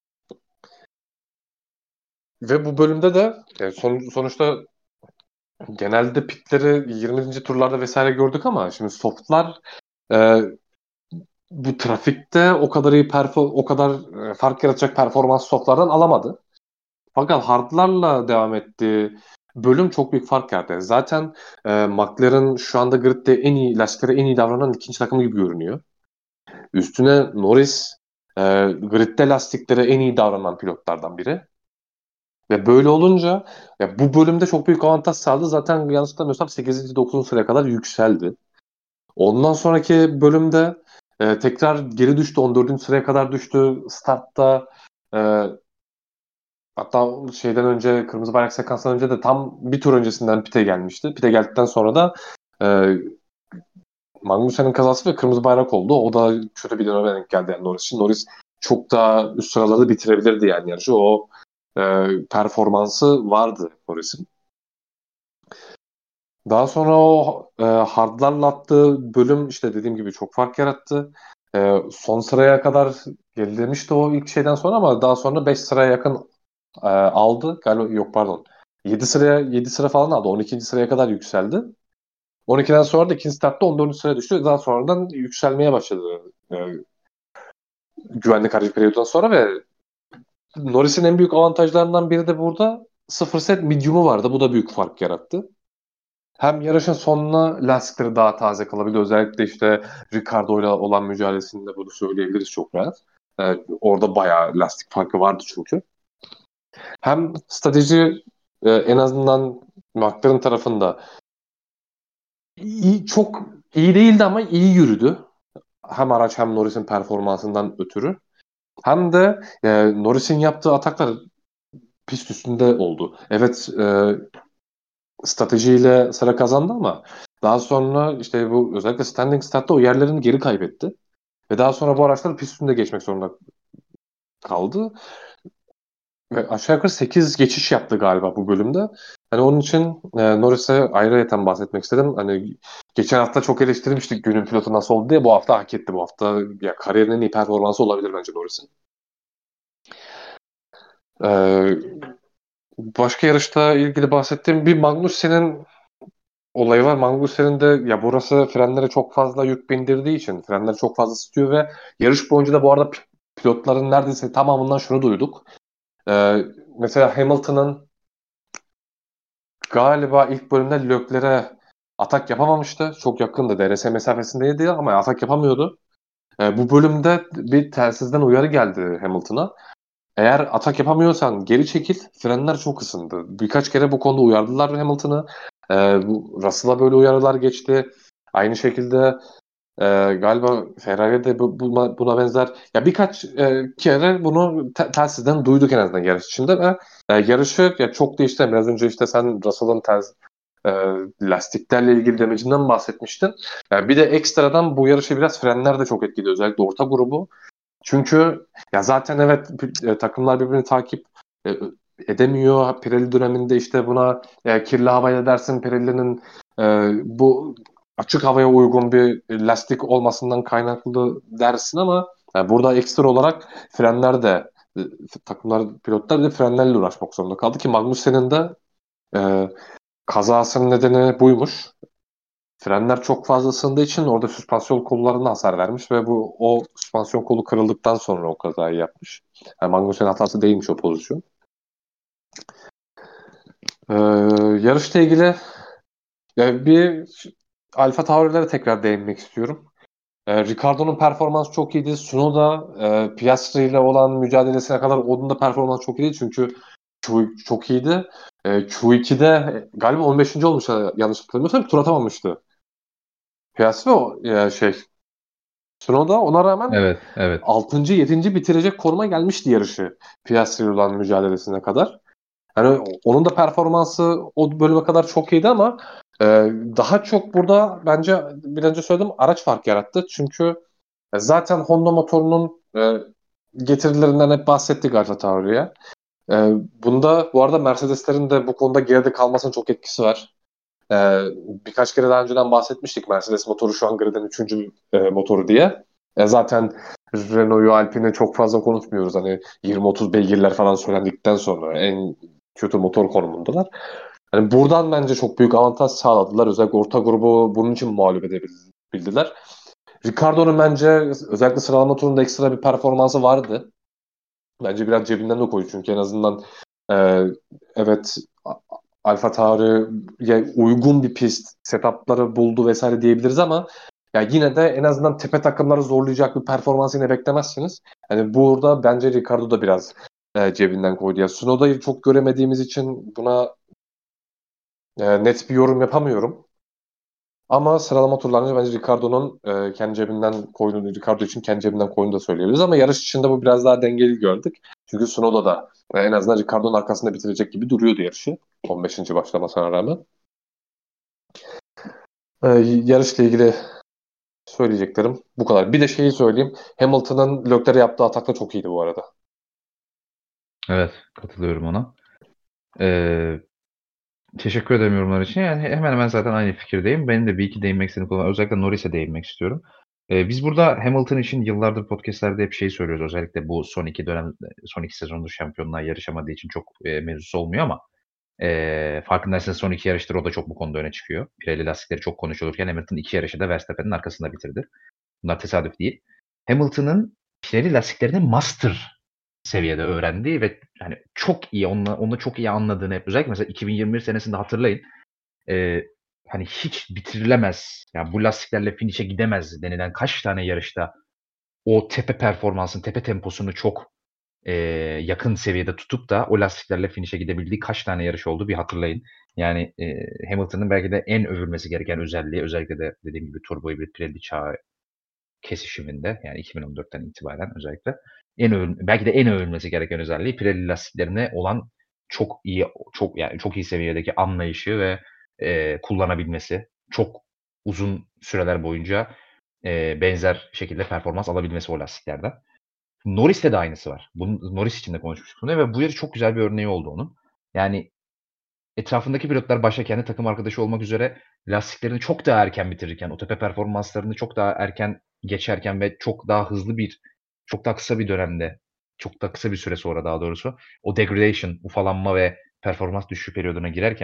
Ve bu bölümde de sonuçta genelde pitleri 20. turlarda vesaire gördük ama şimdi softlar e, bu trafikte o kadar iyi o kadar fark yaratacak performans softlardan alamadı. Fakat hardlarla devam ettiği bölüm çok büyük fark yarattı. Zaten McLaren şu anda gridde en iyi lastiklere en iyi davranan ikinci takım gibi görünüyor. Üstüne Norris e, gridde lastiklere en iyi davranan pilotlardan biri. Ve böyle olunca ya bu bölümde çok büyük avantaj sağladı. Zaten yanlış hatırlamıyorsam 8. 9. sıraya kadar yükseldi. Ondan sonraki bölümde tekrar geri düştü. 14. sıraya kadar düştü. Startta e, hatta şeyden önce kırmızı bayrak sekansından önce de tam bir tur öncesinden pite gelmişti. Pite geldikten sonra da e, Magnussen'in kazası ve kırmızı bayrak oldu. O da kötü bir döneme denk geldi yani Norris için. Norris çok daha üst sıralarda bitirebilirdi yani yarışı. O performansı vardı Norris'in. Daha sonra o hardlarla attığı bölüm işte dediğim gibi çok fark yarattı. Son sıraya kadar gerilemişti o ilk şeyden sonra ama daha sonra 5 sıraya yakın aldı. Galiba yok pardon. 7 sıra falan aldı. 12. sıraya kadar yükseldi. 12'den sonra da ikinci startta 14. sıraya düştü. Daha sonradan yükselmeye başladı güvenlik aracı periyodundan sonra ve Norris'in en büyük avantajlarından biri de burada sıfır set medium'u vardı. Bu da büyük fark yarattı. Hem yarışın sonuna lastikleri daha taze kalabilir. Özellikle işte Ricardo ile olan mücadelesinde bunu söyleyebiliriz çok rahat. Orada bayağı lastik farkı vardı çünkü. Hem strateji en azından McLaren tarafında çok iyi değildi ama iyi yürüdü. Hem araç hem Norris'in performansından ötürü. Hem de Norris'in yaptığı ataklar pist üstünde oldu. Evet stratejiyle sıra kazandı ama daha sonra işte bu özellikle standing startta o yerlerini geri kaybetti. Ve daha sonra bu araçlar pist üstünde geçmek zorunda kaldı. Ve aşağı yukarı 8 geçiş yaptı galiba bu bölümde. Hani onun için Norris'e ayrıyeten bahsetmek istedim. Hani geçen hafta çok eleştirmiştik günün pilotu nasıl oldu diye. Bu hafta hak etti. Bu hafta ya kariyerinin en iyi performansı olabilir bence Norris'in. Başka yarışta ilgili bahsettiğim bir Magnussen'in olayı var. Magnussen'in de ya burası frenlere çok fazla yük bindirdiği için frenleri çok fazla sıkıyor ve yarış boyunca da bu arada pilotların neredeyse tamamından şunu duyduk. Ee, Mesela Hamilton'ın galiba ilk bölümde Leclerc'e atak yapamamıştı. Çok yakındı. DRS mesafesindeydi ama atak yapamıyordu. Bu bölümde bir telsizden uyarı geldi Hamilton'a. Eğer atak yapamıyorsan geri çekil. Frenler çok ısındı. Birkaç kere bu konuda uyardılar Hamilton'ı. Bu Russell'a böyle uyarılar geçti. Aynı şekilde galiba Ferrari'de buna benzer ya birkaç kere bunu telsizden duyduk en azından yarış içinde ve yarışı ya çok değişti. Biraz önce işte sen Russell'ın e, lastiklerle ilgili demecinden bahsetmiştin. Yani bir de ekstradan bu yarışı biraz frenler de çok etkili. Özellikle orta grubu. Çünkü ya zaten evet takımlar birbirini takip e, edemiyor. Pirelli döneminde işte buna kirli havaya dersin Pirelli'nin bu açık havaya uygun bir lastik olmasından kaynaklı dersin ama burada ekstra olarak frenler de e, takımlar pilotlar bir de frenlerle uğraşmak zorunda kaldı ki Magnussen'in de e, kazasının nedeni buymuş. Frenler çok fazla ısındığı için orada süspansiyon kollarına hasar vermiş ve o süspansiyon kolu kırıldıktan sonra o kazayı yapmış. Yani Magnussen'in hatası değilmiş o pozisyon. Ee, Yarışla ilgili bir Alfa Tauri'lere tekrar değinmek istiyorum. Ricardo'nun performansı çok iyiydi. Tsunoda Piastri ile olan mücadelesine kadar onun da performansı çok iyiydi. Çünkü çok iyiydi. Q2'de galiba 15. olmuş yanlış hatırlamıyorsam tur atamamıştı. Piastri Tsunoda ona rağmen Evet, evet. 6. 7. bitirecek konuma gelmişti yarışı Piastri ile olan mücadelesine kadar. Yani onun da performansı o bölüme kadar çok iyiydi ama e, daha çok burada bence bir önce söyledim araç fark yarattı. Çünkü zaten Honda motorunun getirilerinden hep bahsettik AlphaTauri'ye. Bunda bu arada Mercedeslerin de bu konuda geride kalmasının çok etkisi var. E, Birkaç kere daha önceden bahsetmiştik Mercedes motoru şu an gridin 3. Motoru diye. Zaten Renault'u, Alpine'i çok fazla konuşmuyoruz. Hani 20-30 beygirler falan söylendikten sonra en kötü motor konumundalar. Hani buradan bence çok büyük avantaj sağladılar. Özellikle orta grubu bunun için mağlup edebildiler. Ricardo'nun bence özellikle sıralama turunda ekstra bir performansı vardı. Bence biraz cebinden de koydu çünkü en azından e, evet Alfa Tauri'ye uygun bir pist setupları buldu vesaire diyebiliriz ama ya yine de en azından tepe takımları zorlayacak bir performans yine beklemezsiniz. Yani burada bence Ricardo da biraz cebinden koydu. Ya Tsunoda'yı çok göremediğimiz için buna net bir yorum yapamıyorum. Ama sıralama turlarında bence Ricardo'nun kendi cebinden koyduğunu, Ricardo için kendi cebinden koyduğunu da söyleyebiliriz. Ama yarış içinde bu biraz daha dengeli gördük. Çünkü Tsunoda da en azından Ricardo'nun arkasında bitirecek gibi duruyordu yarışı. 15. başlamasına rağmen. Yarışla ilgili söyleyeceklerim bu kadar. Bir de şeyi söyleyeyim. Hamilton'ın Leclerc'e yaptığı atak da çok iyiydi bu arada. Evet, katılıyorum ona. Eee, Teşekkür ederim yorumlar için. Yani hemen hemen zaten aynı fikirdeyim. Benim de bir iki değinmek istediğim konu var. Özellikle Norris'e değinmek istiyorum. Biz burada Hamilton için yıllardır podcast'lerde hep şeyi söylüyoruz. Özellikle bu son 2 sezondur şampiyonluğa yarışamadığı için çok, mevzusu olmuyor ama, farkındaysanız son 2 yarıştır o da çok bu konuda öne çıkıyor. Pirelli lastikleri çok konuşulurken Hamilton 2 yarışı da Verstappen'in arkasında bitirdi. Bunlar tesadüf değil. Hamilton'ın Pirelli lastiklerini master seviyede öğrendiği ve hani çok iyi, onu çok iyi anladığını hep özellikle mesela 2021 senesinde hatırlayın. Hani hiç bitirilemez, ya bu lastiklerle finish'e gidemez denilen kaç tane yarışta o tepe performansını, tepe temposunu çok, yakın seviyede tutup da o lastiklerle finish'e gidebildiği kaç tane yarış oldu bir hatırlayın. Yani, Hamilton'ın belki de en övülmesi gereken özelliği özellikle de dediğim gibi turbo hibrit Pirelli çağı kesişiminde yani 2014'ten itibaren özellikle belki de en övülmesi gereken özelliği Pirelli lastiklerine olan çok iyi yani çok iyi seviyedeki anlayışı ve, kullanabilmesi. Çok uzun süreler boyunca, benzer şekilde performans alabilmesi o lastiklerden. Norris'te de aynısı var. Bunu Norris için de konuşmuştuk bunu ve bu yarış çok güzel bir örneği oldu onun. Yani etrafındaki pilotlar başta kendi takım arkadaşı olmak üzere lastiklerini çok daha erken bitirirken, o tepe performanslarını çok daha erken geçerken ve çok daha kısa bir dönemde, çok daha kısa bir süre sonra daha doğrusu o degradation, ufalanma ve performans düşüşü periyoduna girerken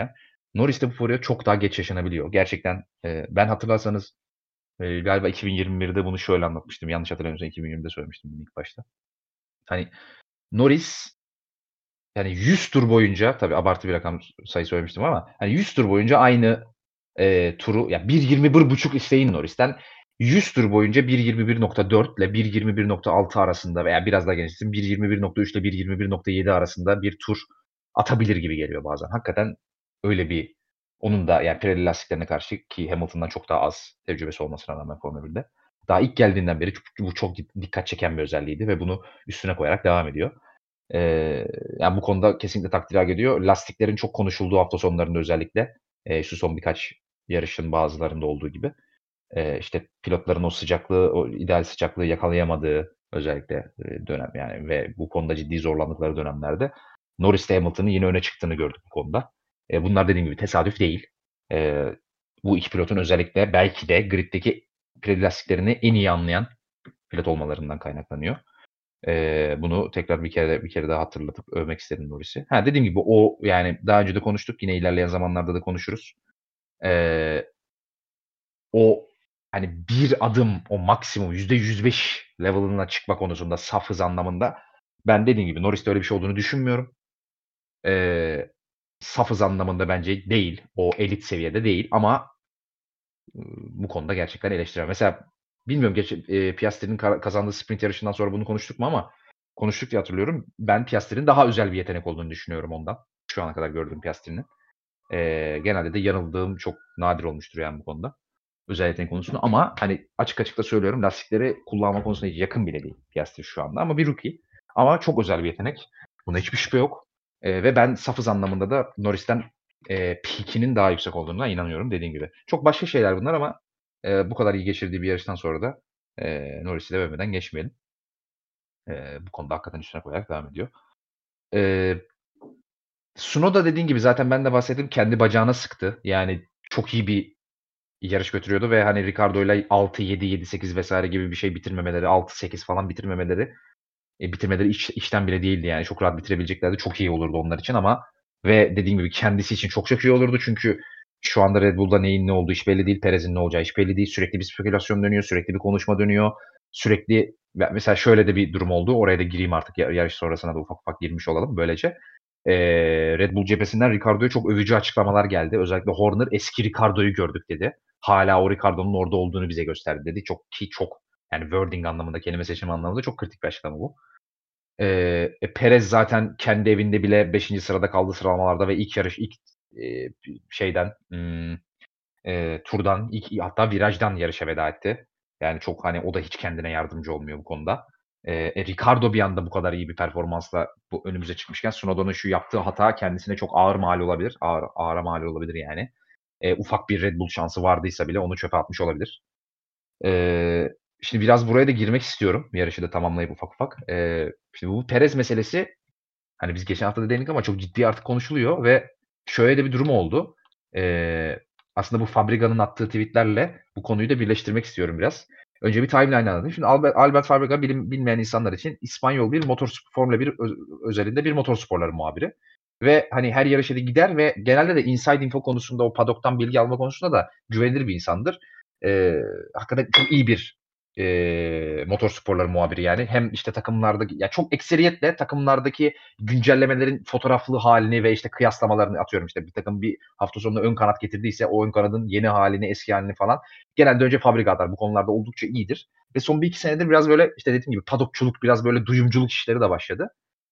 Norris de bu furya çok daha geç yaşanabiliyor. Gerçekten, ben hatırlarsanız, galiba 2021'de bunu şöyle anlatmıştım. Yanlış hatırlamıyorsam 2020'de söylemiştim bunu ilk başta. Hani Norris, yani 100 tur boyunca, tabii abartı bir rakam sayı söylemiştim ama hani 100 tur boyunca aynı, turu ya 1.21,5 isteyin Norris'ten. 100 tur boyunca 1.21.4 ile 1.21.6 arasında veya biraz daha genişletsin 1.21.3 ile 1.21.7 arasında bir tur atabilir gibi geliyor bazen. Hakikaten öyle bir onun da yani Pirelli lastiklerine karşı ki Hamilton'dan çok daha az tecrübesi olmasına rağmen Formula 1'de. Daha ilk geldiğinden beri bu çok dikkat çeken bir özelliğiydi ve bunu üstüne koyarak devam ediyor. Yani bu konuda kesinlikle takdir hak ediyor. Lastiklerin çok konuşulduğu hafta sonlarında özellikle, şu son birkaç yarışın bazılarında olduğu gibi, işte pilotların o sıcaklığı, o ideal sıcaklığı yakalayamadığı özellikle, dönem yani ve bu konuda ciddi zorlandıkları dönemlerde Norris'le Hamilton'ın yine öne çıktığını gördük bu konuda. Bunlar dediğim gibi tesadüf değil. Eee, Bu 2 pilotun özellikle belki de griddeki Pirelli lastiklerini en iyi anlayan pilot olmalarından kaynaklanıyor. Bunu tekrar bir kere daha hatırlatıp övmek istedim Norris'i. Ha, dediğim gibi o yani daha önce de konuştuk. Yine ilerleyen zamanlarda da konuşuruz. Eee, O hani bir adım o maksimum %105 level'ına çıkma konusunda saf hız anlamında ben dediğim gibi Norris'te öyle bir şey olduğunu düşünmüyorum. Eee, Saf hız anlamında bence değil. O elit seviyede değil ama bu konuda gerçekten eleştiriyorum. Mesela bilmiyorum Piastri'nin kazandığı sprint yarışından sonra bunu konuştuk mu ama konuştuk diye hatırlıyorum. Ben Piastri'nin daha özel bir yetenek olduğunu düşünüyorum ondan. Şu ana kadar gördüğüm Piastri'nin. Genelde de yanıldığım çok nadir olmuştur yani bu konuda. Özel yetenek konusunda ama hani açık açık da söylüyorum lastikleri kullanma konusunda hiç yakın bile değil Piastri şu anda ama bir rookie. Ama çok özel bir yetenek. Buna hiçbir şüphe yok. Ve ben saf hız anlamında da Norris'ten, peak'inin daha yüksek olduğuna inanıyorum dediğin gibi. Çok başka şeyler bunlar ama, bu kadar iyi geçirdiği bir yarıştan sonra da, Norris'i de övmeden geçmeyelim. Bu konuda hakikaten üstüne koyarak devam ediyor. Eee, Tsunoda dediğin gibi zaten ben de bahsettim kendi bacağına sıktı. Yani çok iyi bir yarış götürüyordu ve hani Ricardo'yla 6-7, 7-8 vs. gibi bir şey bitirmemeleri, 6-8 falan bitirmemeleri, bitirmeleri işten bile değildi yani. Çok rahat bitirebileceklerdi. Çok iyi olurdu onlar için ama ve dediğim gibi kendisi için çok çok iyi olurdu çünkü şu anda Red Bull'da neyin ne olduğu hiç belli değil. Perez'in ne olacağı hiç belli değil. Sürekli bir spekülasyon dönüyor. Sürekli bir konuşma dönüyor. Sürekli mesela şöyle de bir durum oldu. Oraya da gireyim artık yarış sonrasına da ufak ufak girmiş olalım böylece. Red Bull cephesinden Ricardo'ya çok övücü açıklamalar geldi. Özellikle Horner eski Ricardo'yu gördük dedi. Hâlâ o Ricardo'nun orada olduğunu bize gösterdi dedi. Çok yani wording anlamında, kelime seçimi anlamında çok kritik bir açıklama bu. Perez zaten kendi evinde bile 5. sırada kaldı sıralamalarda ve ilk yarış eee, şeyden, turdan, hatta virajdan yarışa veda etti. Yani çok, hani, o da hiç kendine yardımcı olmuyor bu konuda. Ricardo bir anda bu kadar iyi bir performansla bu önümüze çıkmışken Tsunoda'nın şu yaptığı hata kendisine çok ağır mal olabilir. Ağıra mal olabilir yani. Ufak bir Red Bull şansı vardıysa bile onu çöpe atmış olabilir. Şimdi biraz buraya da girmek istiyorum, yarışı da tamamlayıp ufak ufak. Şimdi bu Perez meselesi, hani, biz geçen hafta da değindik ama çok ciddi artık konuşuluyor ve şöyle de bir durum oldu. Aslında bu Fabrica'nın attığı tweet'lerle bu konuyu da birleştirmek istiyorum biraz. Önce bir timeline anlatayım. Şimdi Albert Fabrica bilmeyen insanlar için İspanyol bir Formula 1 özelinde bir motorsporları muhabiri ve, hani, her yarışa da gider ve genelde de inside info konusunda, o paddock'tan bilgi alma konusunda da güvenilir bir insandır. Hakikaten çok iyi bir, motor sporları muhabiri yani. Hem, işte, takımlardaki ya, çok ekseriyetle takımlardaki güncellemelerin fotoğraflı hâlini ve, işte, kıyaslamalarını atıyorum, işte, bir takım bir hafta sonunda ön kanat getirdiyse o ön kanadın yeni hâlini, eski hâlini falan genelde önce fabrika atar. Bu konularda oldukça iyidir ve son 1-2 senedir biraz böyle, işte, dediğim gibi paddockçuluk, biraz böyle duyumculuk işleri de başladı.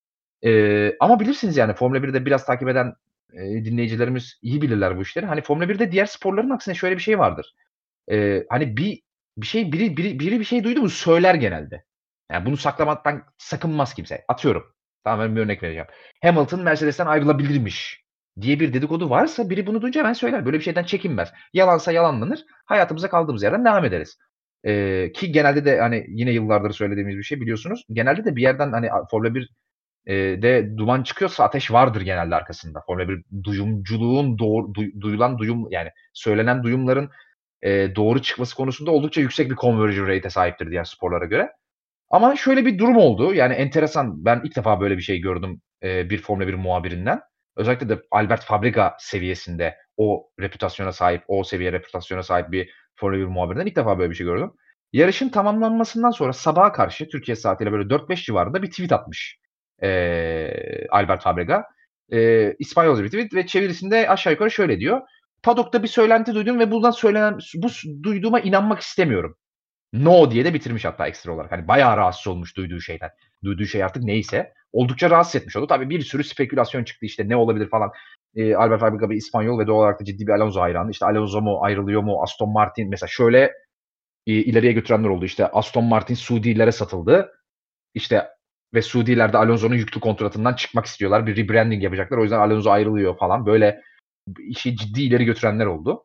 Ama bilirsiniz yani Formula 1'i de biraz takip eden, dinleyicilerimiz iyi bilirler bu işleri. Hani, Formula 1'de diğer sporların aksine şöyle bir şey vardır. Hani, bir şey biri bir şey duydu mu söyler genelde. Yani, bunu saklamaktan sakınmaz kimse. Atıyorum, tamamen bir örnek vereceğim. Hamilton Mercedes'ten ayrılabilirmiş diye bir dedikodu varsa biri bunu duyunca hemen söyler. Böyle bir şeyden çekinmez. Yalansa yalanlanır, hayatımıza kaldığımız yerden devam ederiz. Ki genelde de, hani, yine yıllardır söylediğimiz bir şey biliyorsunuz. Genelde de bir yerden, hani, Formula 1 de duman çıkıyorsa ateş vardır genelde arkasında. Formula 1 duyumculuğun duyulan duyum yani söylenen duyumların doğru çıkması konusunda oldukça yüksek bir conversion rate'e sahiptir diğer sporlara göre. Ama şöyle bir durum oldu. Yani enteresan. Ben ilk defa böyle bir şey gördüm, bir Formula 1 muhabirinden. Özellikle de Albert Fabrega seviyesinde o reputasyona sahip, o seviye reputasyona sahip bir Formula 1 muhabirinden ilk defa böyle bir şey gördüm. Yarışın tamamlanmasından sonra sabaha karşı Türkiye saatiyle böyle 4-5 civarında bir tweet atmış Albert Fabrega. İspanyolca bir tweet ve çevirisinde aşağı yukarı şöyle diyor: "Paddock'ta bir söylenti duydum ve duyduğuma inanmak istemiyorum." No diye de bitirmiş hatta ekstra olarak. Hani bayağı rahatsız olmuş duyduğu şeyden. Duyduğu şey artık neyse. Oldukça rahatsız etmiş oldu. Tabii bir sürü spekülasyon çıktı işte ne olabilir falan. Albert Fabrega bir İspanyol ve doğal olarak da ciddi bir Alonso hayranı. İşte Alonso mu ayrılıyor mu? Aston Martin mesela şöyle ileriye götürenler oldu. İşte Aston Martin Suudilere satıldı. İşte ve Suudiler de Alonso'nun yüklü kontratından çıkmak istiyorlar. Bir rebranding yapacaklar. O yüzden Alonso ayrılıyor falan. Böyle işi ciddi ileri götürenler oldu.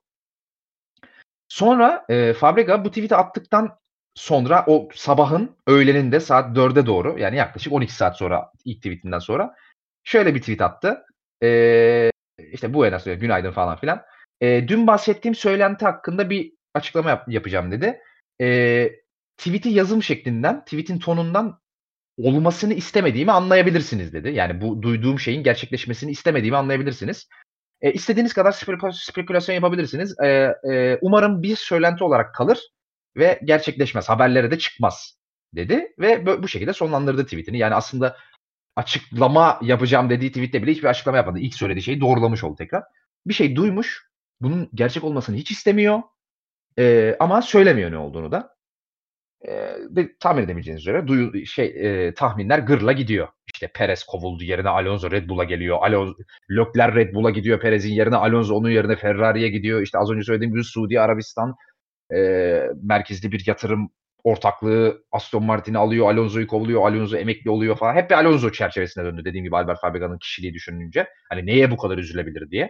Sonra Fabrega bu tweet'i attıktan sonra o sabahın öğleninde saat 4'e doğru yani yaklaşık 12 saat sonra ilk tweet'inden sonra şöyle bir tweet attı. İşte "Buenas, günaydın" falan filan. "Dün bahsettiğim söylenti hakkında bir açıklama yapacağım" dedi. Tweet'i yazım şeklinden, tweet'in tonundan olmasını istemediğimi anlayabilirsiniz dedi. Yani bu duyduğum şeyin gerçekleşmesini istemediğimi anlayabilirsiniz. İstediğiniz kadar spekülasyon yapabilirsiniz. Umarım bir söylenti olarak kalır ve gerçekleşmez. Haberlere de çıkmaz dedi ve bu şekilde sonlandırdı tweet'ini. Yani aslında açıklama yapacağım dediği tweet'te bile hiçbir açıklama yapmadı. İlk söylediği şeyi doğrulamış oldu tekrar. Bir şey duymuş, bunun gerçek olmasını hiç istemiyor, ama söylemiyor ne olduğunu da. Tahmin edemeyeceğiniz üzere tahminler gırla gidiyor. İşte Perez kovuldu, yerine Alonso Red Bull'a geliyor. Leclerc Red Bull'a gidiyor Perez'in yerine. Alonso onun yerine Ferrari'ye gidiyor. İşte az önce söylediğim gibi Suudi Arabistan merkezli bir yatırım ortaklığı Aston Martin'i alıyor, Alonso'yu kovuluyor, Alonso emekli oluyor falan. Hep bir Alonso çerçevesine döndü dediğim gibi Albert Fabrega'nın kişiliği düşününce. Hani neye bu kadar üzülebilir diye.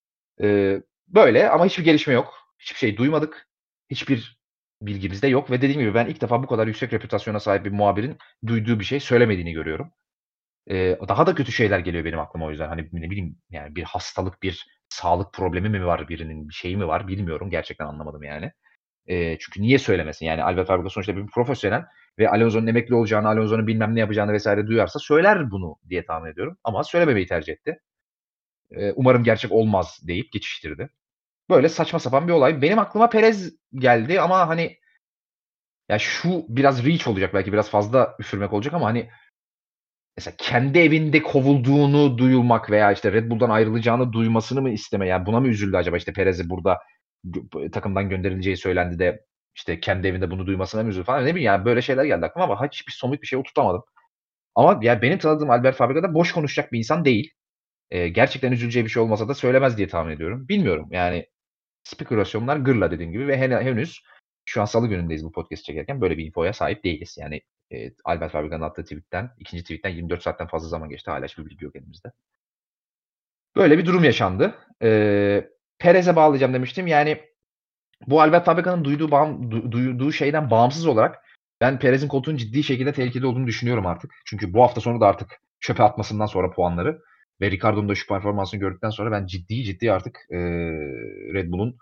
Böyle ama hiçbir gelişme yok. Hiçbir şey duymadık. Hiçbir bilgimiz de yok ve dediğim gibi ben ilk defa bu kadar yüksek reputasyona sahip bir muhabirin duyduğu bir şey söylemediğini görüyorum. Daha da kötü şeyler geliyor benim aklıma o yüzden. Hani ne bileyim yani bir hastalık, bir sağlık problemi mi var birinin, bir şeyi mi var bilmiyorum. Gerçekten anlamadım yani. Çünkü niye söylemesin? Yani Albert Fabrega sonuçta bir profesyonel ve Alonso'nun emekli olacağını, Alonso'nun bilmem ne yapacağını vesaire duyarsa söyler bunu diye tahmin ediyorum. Ama söylememeyi tercih etti. Umarım gerçek olmaz deyip geçiştirdi. Böyle saçma sapan bir olay. Benim aklıma Perez geldi ama hani ya şu biraz reach olacak belki biraz fazla üfürmek olacak ama hani mesela kendi evinde kovulduğunu duyurmak veya işte Red Bull'dan ayrılacağını duymasını mı yani buna mı üzüldü acaba? İşte Perez'i burada takımdan gönderileceği söylendi de işte kendi evinde bunu duymasına mı üzüldü falan. Ne bileyim yani böyle şeyler geldi aklıma ama hiçbir somut bir şey oturtamadım. Ama ya benim tanıdığım Albert Fabrega da boş konuşacak bir insan değil. Gerçekten üzüleceği bir şey olmasa da söylemez diye tahmin ediyorum. Bilmiyorum yani spekülasyonlar gırla dediğim gibi ve henüz şu an salı günündeyiz bu podcast çekerken böyle bir infoya sahip değiliz. Yani, Albert Fabrega'nın attığı tweet'ten, 2'nci tweet'ten 24 saatten fazla zaman geçti. Hâlâ hiçbir bilgi yok elimizde. Böyle bir durum yaşandı. Perez'e bağlayacağım demiştim. Yani bu Albert Fabrega'nın duyduğu şeyden bağımsız olarak ben Perez'in koltuğunun ciddi şekilde tehlikede olduğunu düşünüyorum artık. Çünkü bu hafta sonu da artık çöpe atmasından sonra puanları ve Ricardo'nun da şu performansını gördükten sonra ben ciddi artık, Red Bull'un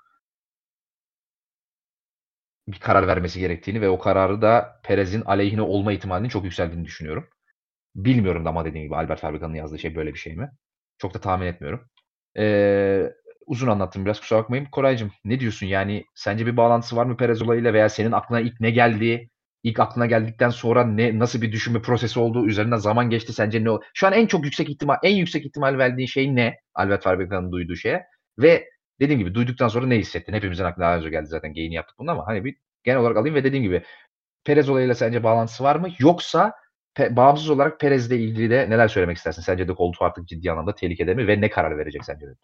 bir karar vermesi gerektiğini ve o kararı da Perez'in aleyhine olma ihtimalinin çok yükseldiğini düşünüyorum. Bilmiyorum da ama dediğim gibi Albert Fabrica'nın yazdığı şey böyle bir şey mi? Çok da tahmin etmiyorum. Uzun anlattım biraz kusura bakmayın. Koraycığım ne diyorsun? Yani sence bir bağlantısı var mı Perez olayıyla veya senin aklına ilk ne geldi? İlk aklına geldikten sonra nasıl bir düşünme prosesi oldu? Üzerinden zaman geçti. Sence ne şu an en yüksek ihtimal verdiğin şey ne? Albert Fabrica'nın duyduğu şeye ve dediğim gibi duyduktan sonra ne hissettin? Hepimizin aklına daha önce geldi zaten geyini yaptık bunu ama hani bir genel olarak alayım ve dediğim gibi Perez olayıyla sence bağlantısı var mı? Yoksa bağımsız olarak Perez'le ilgili de neler söylemek istersin? Sence de koltuğu artık ciddi anlamda tehlikede mi ve ne karar verecek sence de?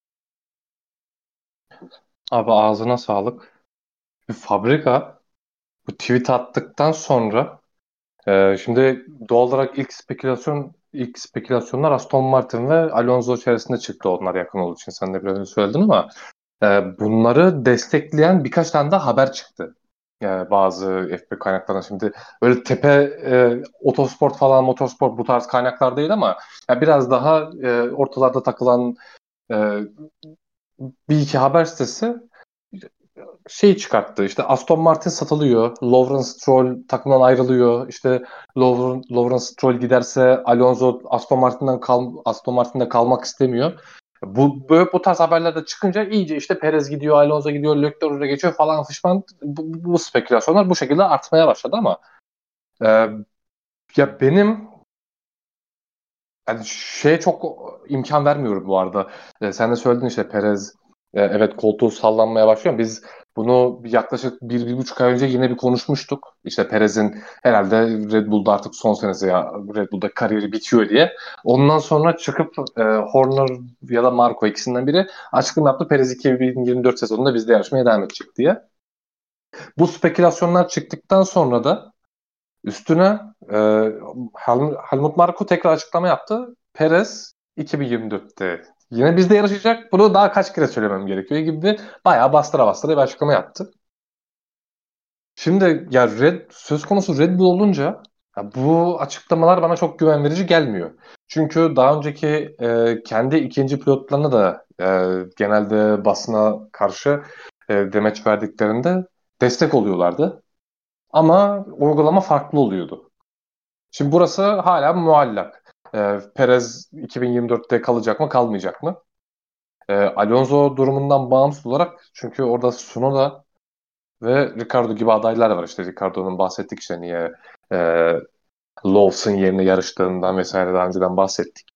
Abi ağzına sağlık. Fabrika bu tweet attıktan sonra şimdi doğal olarak ilk spekülasyonlar Aston Martin ve Alonso içerisinde çıktı onlar yakın olduğu için. Sen de biraz önce söyledin ama bunları destekleyen birkaç tane de haber çıktı. Bazı FB kaynaklarına şimdi öyle tepe otosport falan motorsport bu tarz kaynaklar değil ama biraz daha ortalarda takılan e, bir iki haber sitesi çıkarttı. İşte Aston Martin satılıyor. Lawrence Stroll takımdan ayrılıyor. İşte Lawrence Stroll giderse Alonso Aston Martin'de kalmak istemiyor. Bu tarz haberler de çıkınca iyice işte Perez gidiyor, Alonso gidiyor, Leclerc geçiyor falan fişman, bu spekülasyonlar bu şekilde artmaya başladı ama e, ya benim yani şeye çok imkan vermiyorum bu arada. Sen de söyledin işte Perez evet koltuğu sallanmaya başlıyor. Biz bunu yaklaşık 1,5 ay önce yine bir konuşmuştuk. İşte Perez'in herhalde Red Bull'da artık son senesi, ya Red Bull'da kariyeri bitiyor diye. Ondan sonra çıkıp Horner ya da Marco ikisinden biri açıklama yaptı. Perez 2024 sezonunda bizde yarışmaya devam edecek diye. Bu spekülasyonlar çıktıktan sonra da üstüne Helmut Marko tekrar açıklama yaptı. Perez 2024'te yine bizde yarışacak. Bunu daha kaç kere söylemem gerekiyor gibi bayağı bastıra bastıra bir açıklama yaptı. Şimdi ya söz konusu Red Bull olunca ya bu açıklamalar bana çok güven verici gelmiyor. Çünkü daha önceki kendi ikinci pilotlarına da genelde basına karşı demeç verdiklerinde destek oluyorlardı. Ama uygulama farklı oluyordu. Şimdi burası hala muallak. Perez 2024'te kalacak mı, kalmayacak mı? Alonso durumundan bağımsız olarak, çünkü orada Tsunoda ve Ricardo gibi adaylar var. İşte Ricardo'nun bahsettik, işte niye e, Lawson yerine yarıştığından vesaire daha önceden bahsettik.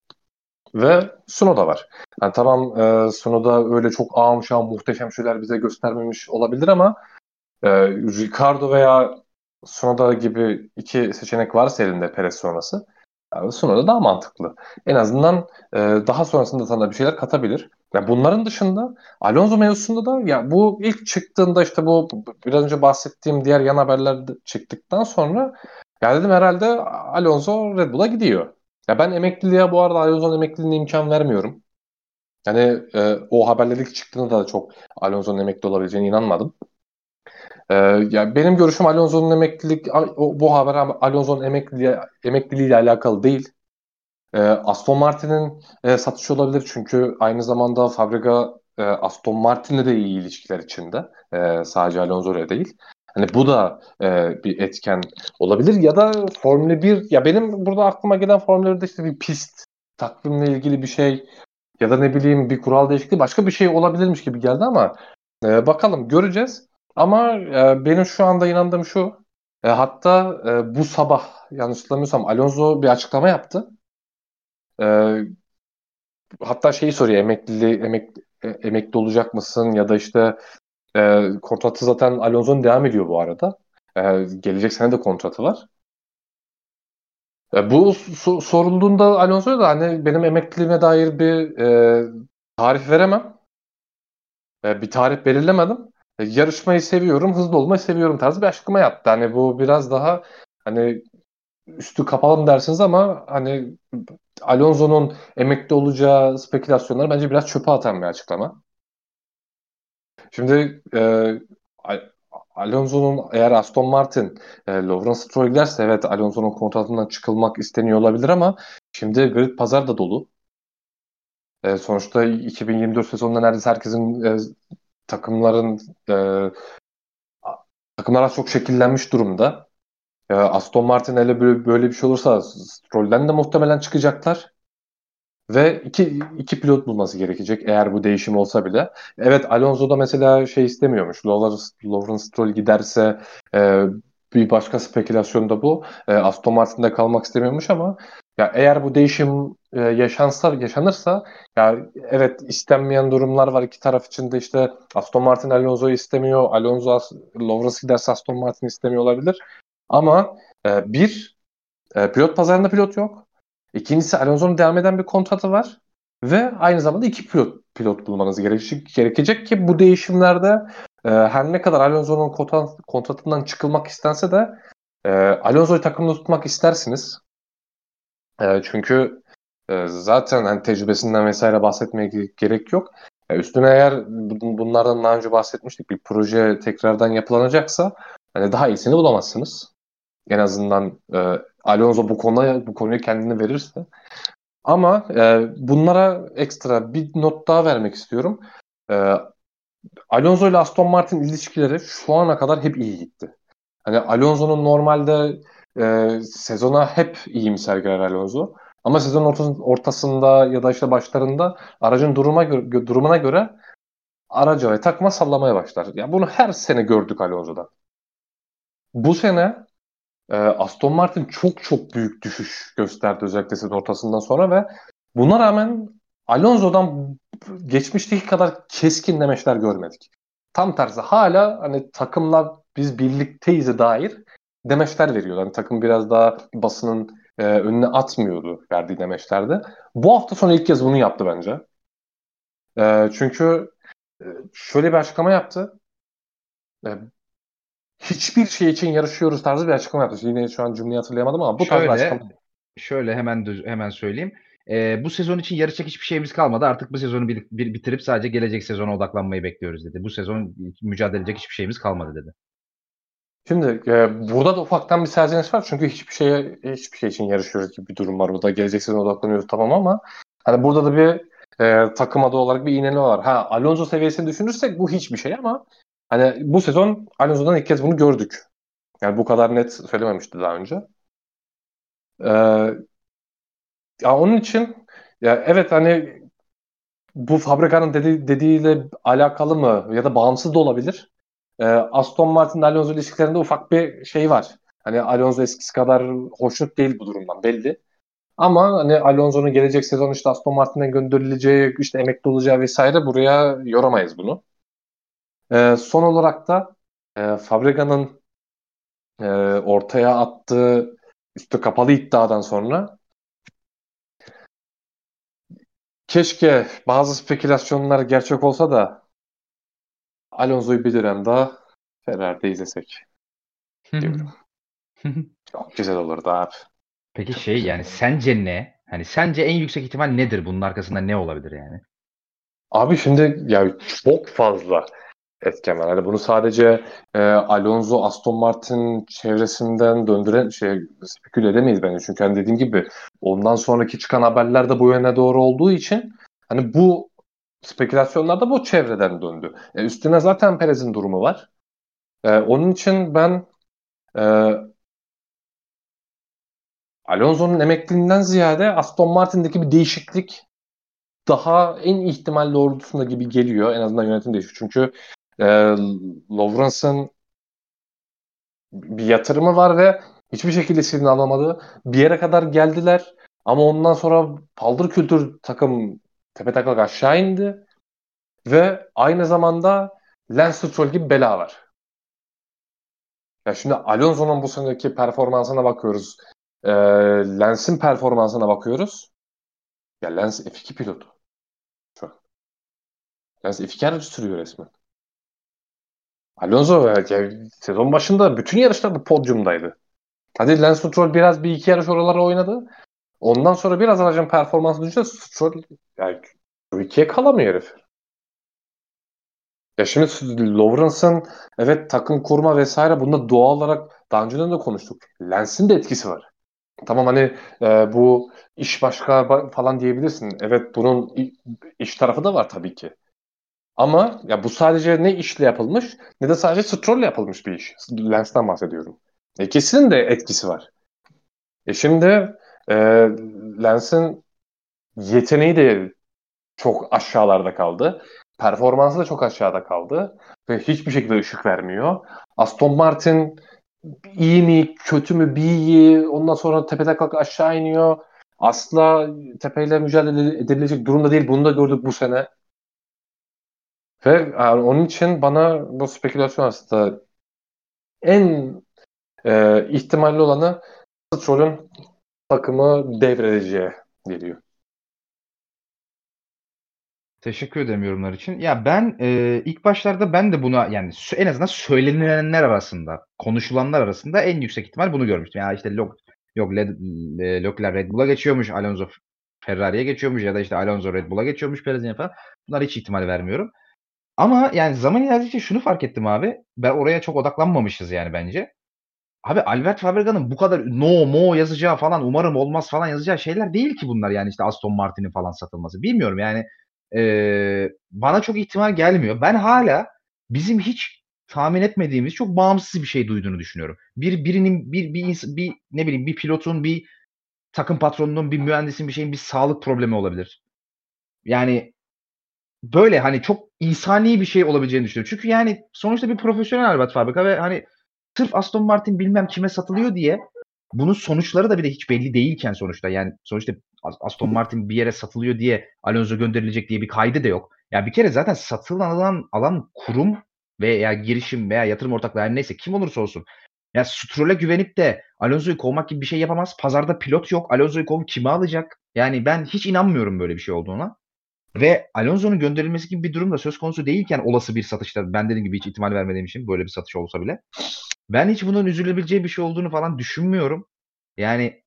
Ve Tsunoda var. Yani tamam, Tsunoda öyle çok ağam şahım muhteşem şeyler bize göstermemiş olabilir ama Ricardo veya Tsunoda gibi iki seçenek varsa elinde Perez sonrası, yani Tsunoda daha mantıklı. En azından daha sonrasında sana bir şeyler katabilir. Yani bunların dışında Alonso mevzusunda da, ya bu ilk çıktığında işte bu biraz önce bahsettiğim diğer yan haberler çıktıktan sonra ya dedim herhalde Alonso Red Bull'a gidiyor. Ya ben emekliliğe bu arada Alonso'nun emekliliğine imkan vermiyorum. Yani o haberler ilk çıktığında da çok Alonso'nun emekli olabileceğine inanmadım. Ee, Ya benim görüşüm Alonso'nun bu haber Alonso'nun emekliliğiyle alakalı değil. Aston Martin'in satışı olabilir, çünkü aynı zamanda fabrika Aston Martin'le de iyi ilişkiler içinde. Sadece Alonso'yla değil. Hani bu da bir etken olabilir, ya da Formula 1, ya benim burada aklıma gelen Formula 1'de işte bir pist takvimle ilgili bir şey ya da ne bileyim bir kural değişikliği, başka bir şey olabilirmiş gibi geldi ama bakalım, göreceğiz. Ama benim şu anda inandığım şu. Hatta bu sabah yanlış hatırlamıyorsam Alonso bir açıklama yaptı. E, Hatta şeyi soruyor, emekli olacak mısın, ya da işte kontratı zaten Alonso'nun devam ediyor bu arada. Gelecek sene de kontratı var. Bu sorulduğunda Alonso'ya da hani benim emekliliğime dair bir tarih veremem. Bir tarih belirlemedim. Yarışmayı seviyorum, hızlı olmayı seviyorum tarzı bir açıklama yaptı. Hani bu biraz daha hani üstü kapalı mı dersiniz ama hani Alonso'nun emekli olacağı spekülasyonları bence biraz çöpe atan bir açıklama. Şimdi Al- Alonso'nun, eğer Aston Martin Lawrence Stroll giderse, evet Alonso'nun kontratından çıkılmak isteniyor olabilir ama şimdi grid pazar da dolu. Sonuçta 2024 sezonunda neredeyse herkesin takımların e, takımlar az çok şekillenmiş durumda. Aston Martin hele böyle bir şey olursa Stroll'den de muhtemelen çıkacaklar. Ve iki pilot bulması gerekecek eğer bu değişim olsa bile. Evet, Alonso da mesela şey istemiyormuş. Lawrence Stroll giderse e, bir başka spekülasyon da bu. Aston Martin'de kalmak istemiyormuş ama ya eğer bu değişim yaşanırsa, ya evet, istenmeyen durumlar var iki taraf için de, işte Aston Martin Alonso'yu istemiyor. Lawrence giderse Aston Martin istemiyor olabilir. Ama pilot pazarında pilot yok. İkincisi, Alonso'nun devam eden bir kontratı var. Ve aynı zamanda iki pilot bulmanız gerekecek ki bu değişimlerde her ne kadar Alonso'nun kontratından çıkılmak istense de Alonso'yu takımda tutmak istersiniz. Çünkü zaten hani tecrübesinden vesaire bahsetmeye gerek yok. Üstüne eğer bunlardan daha önce bahsetmiştik, bir proje tekrardan yapılanacaksa hani daha iyisini bulamazsınız. En azından Alonso bu konuya kendini verirse. Ama bunlara ekstra bir not daha vermek istiyorum. E, Alonso ile Aston Martin ilişkileri şu ana kadar hep iyi gitti. Hani Alonso'nun normalde sezona hep iyimser girer Alonso. Ama sezon ortasında ya da işte başlarında aracın durumuna göre araca ve takıma sallamaya başlar. Ya bunu her sene gördük Alonso'da. Bu sene Aston Martin çok çok büyük düşüş gösterdi özellikle sezon ortasından sonra ve buna rağmen Alonso'dan geçmişteki kadar keskin demeçler görmedik. Tam tersi hala hani takımla biz birlikteyiz'e dair demeçler veriyor. Hani takım biraz daha basının önüne atmıyordu verdiği demeçlerde. Bu hafta sonu ilk kez bunu yaptı bence. Çünkü şöyle bir açıklama yaptı. E, Hiçbir şey için yarışıyoruz tarzı bir açıklama yaptı. Yine şu an cümleyi hatırlayamadım ama bu tarz bir açıklama. Şöyle hemen söyleyeyim. Bu sezon için yarışacak hiçbir şeyimiz kalmadı. Artık bu sezonu bitirip sadece gelecek sezona odaklanmayı bekliyoruz dedi. Bu sezon mücadele edecek hiçbir şeyimiz kalmadı dedi. Şimdi burada da ufaktan bir serzeniş var çünkü hiçbir şey için yarışıyoruz gibi bir durum var. Burada gelecek sezona odaklanıyoruz tamam ama hani burada da bir takım adı olarak bir iğneleme var. Ha Alonso seviyesini düşünürsek bu hiçbir şey ama hani bu sezon Alonso'dan ilk kez bunu gördük. Yani bu kadar net söylememişti daha önce. E, Ya onun için ya evet hani bu fabrikanın dediğiyle alakalı mı ya da bağımsız da olabilir. Aston Martin Alonso ilişkilerinde ufak bir şey var. Hani Alonso eskisi kadar hoşnut değil bu durumdan belli. Ama hani Alonso'nun gelecek sezon işte Aston Martin'den gönderileceği, işte emekli olacağı vesaire buraya yoramayız bunu. Son olarak da Fabregas'ın ortaya attığı üstü kapalı iddiadan sonra keşke bazı spekülasyonlar gerçek olsa da Alonso'yu bir dönem daha Ferrari'de izlesek diyorum. Çok güzel olurdu abi. Peki Çok güzel yani olurdu. sence ne? Hani sence en yüksek ihtimal nedir? Bunun arkasında ne olabilir yani? Abi şimdi ya çok fazla etken var. Hani bunu sadece Alonso, Aston Martin çevresinden döndüren speküle edemeyiz bence. Çünkü hani dediğim gibi ondan sonraki çıkan haberler de bu yöne doğru olduğu için hani bu spekülasyonlar da bu çevreden döndü. Üstüne zaten Perez'in durumu var. Onun için ben e, Alonso'nun emekliliğinden ziyade Aston Martin'deki bir değişiklik daha en ihtimal doğrultusunda gibi geliyor. En azından yönetim değişiyor. Çünkü e, Lawrence'ın bir yatırımı var ve hiçbir şekilde istediğini alamadı. Bir yere kadar geldiler ama ondan sonra paldır küldür takım tepetaklak aşağı indi ve aynı zamanda Lance Stroll gibi bela var. Ya şimdi Alonso'nun bu seneki performansına bakıyoruz. Lance'in performansına bakıyoruz. Ya Lance F2 pilotu şu an. Lance F2 aracı sürüyor resmen. Alonso sezon başında bütün yarışlarda podyumdaydı. Hadi Lance Stroll biraz bir iki yarış oralara oynadı. Ondan sonra biraz aracın performansı düşünce Stroll yani ikiye kalamıyor herif. Ya şimdi Lawrence'ın evet takım kurma vesaire bunda doğal olarak daha önceden de konuştuk. Lance'in de etkisi var. Tamam hani bu iş başka falan diyebilirsin. Evet bunun iş tarafı da var tabii ki. Ama ya bu sadece ne işle yapılmış ne de sadece Stroll'le yapılmış bir iş. Lance'den bahsediyorum. İkisinin de etkisi var. Şimdi e, Lance'in yeteneği de çok aşağılarda kaldı. Performansı da çok aşağıda kaldı. Ve hiçbir şekilde ışık vermiyor. Aston Martin iyi mi, kötü mü, bir iyi. Ondan sonra tepeden kalk aşağı iniyor. Asla tepeyle mücadele edebilecek durumda değil. Bunu da gördük bu sene. Ve yani onun için bana bu spekülasyon aslında en ihtimalli olanı Stroll'ün takımı devredeceği geliyor. Teşekkür ederim yorumlar için. Ya ben ilk başlarda ben de buna yani en azından söylenilenler arasında, konuşulanlar arasında en yüksek ihtimal bunu görmüştüm. Ya işte Leclerc Red Bull'a geçiyormuş, Alonso Ferrari'ye geçiyormuş ya da işte Alonso Red Bull'a geçiyormuş Perez'in falan. Bunlara hiç ihtimal vermiyorum. Ama yani zaman ilerledikçe şunu fark ettim abi. Ben oraya çok odaklanmamışız yani bence. Abi Albert Fabrica'nın bu kadar no mo yazacağı falan umarım olmaz falan yazacağı şeyler değil ki bunlar yani işte Aston Martin'in falan satılması. Bilmiyorum yani bana çok ihtimal gelmiyor. Ben hala bizim hiç tahmin etmediğimiz çok bağımsız bir şey duyduğunu düşünüyorum. Bir ne bileyim bir pilotun bir takım patronunun, bir mühendisin, bir şeyin bir sağlık problemi olabilir. Yani böyle hani çok insani bir şey olabileceğini düşünüyorum. Çünkü yani sonuçta bir profesyonel Albert fabrika ve hani sırf Aston Martin bilmem kime satılıyor diye bunun sonuçları da bir de hiç belli değilken sonuçta yani sonuçta Aston Martin bir yere satılıyor diye Alonso gönderilecek diye bir kaydı da yok. Yani bir kere zaten satılan alan kurum veya girişim veya yatırım ortaklığı yani neyse kim olursa olsun. Ya Stroll'e güvenip de Alonso'yu kovmak gibi bir şey yapamaz. Pazarda pilot yok. Alonso'yu kovup kime alacak? Yani ben hiç inanmıyorum böyle bir şey olduğuna. Ve Alonso'nun gönderilmesi gibi bir durum da söz konusu değilken olası bir satışta ben dediğim gibi hiç ihtimal vermediğim için böyle bir satış olsa bile ben hiç bunun üzülebileceği bir şey olduğunu falan düşünmüyorum. Yani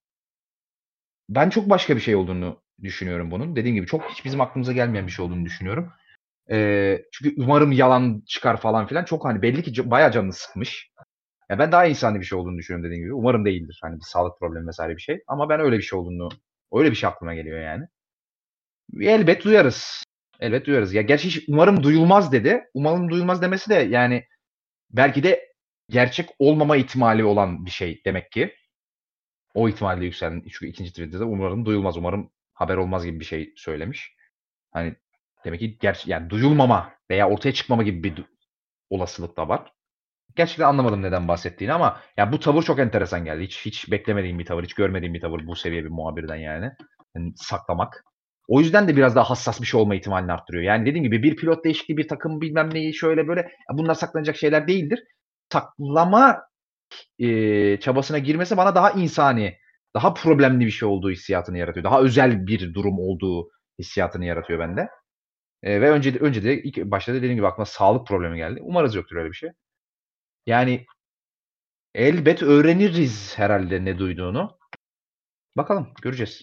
ben çok başka bir şey olduğunu düşünüyorum bunun. Dediğim gibi çok hiç bizim aklımıza gelmeyen bir şey olduğunu düşünüyorum. Çünkü umarım yalan çıkar falan filan. Çok hani belli ki bayağı canını sıkmış. Ya ben daha insani bir şey olduğunu düşünüyorum dediğim gibi. Umarım değildir. Hani bir sağlık problemi vesaire bir şey. Ama ben öyle bir şey olduğunu, öyle bir şey aklıma geliyor yani. Elbet duyarız. Elbet duyarız. Ya gerçi hiç umarım duyulmaz dedi. Umarım duyulmaz demesi de yani belki de gerçek olmama ihtimali olan bir şey demek ki. O ihtimalle yükseldi. Çünkü ikinci tweet'te de umarım duyulmaz, umarım haber olmaz gibi bir şey söylemiş. Hani demek ki yani duyulmama veya ortaya çıkmama gibi bir olasılık da var. Gerçekten anlamadım neden bahsettiğini ama ya bu tavır çok enteresan geldi. Hiç beklemediğim bir tavır, hiç görmediğim bir tavır bu seviye bir muhabirden yani. Yani saklamak. O yüzden de biraz daha hassas bir şey olma ihtimalini arttırıyor. Yani dediğim gibi bir pilot değişikliği, bir takım bilmem neyi şöyle böyle bunlar saklanacak şeyler değildir. Saklama çabasına girmesi bana daha insani, daha problemli bir şey olduğu hissiyatını yaratıyor. Daha özel bir durum olduğu hissiyatını yaratıyor bende. Ve önce de ilk başta da dediğim gibi aklıma sağlık problemi geldi. Umarız yoktur öyle bir şey. Yani elbet öğreniriz herhalde ne duyduğunu. Bakalım göreceğiz.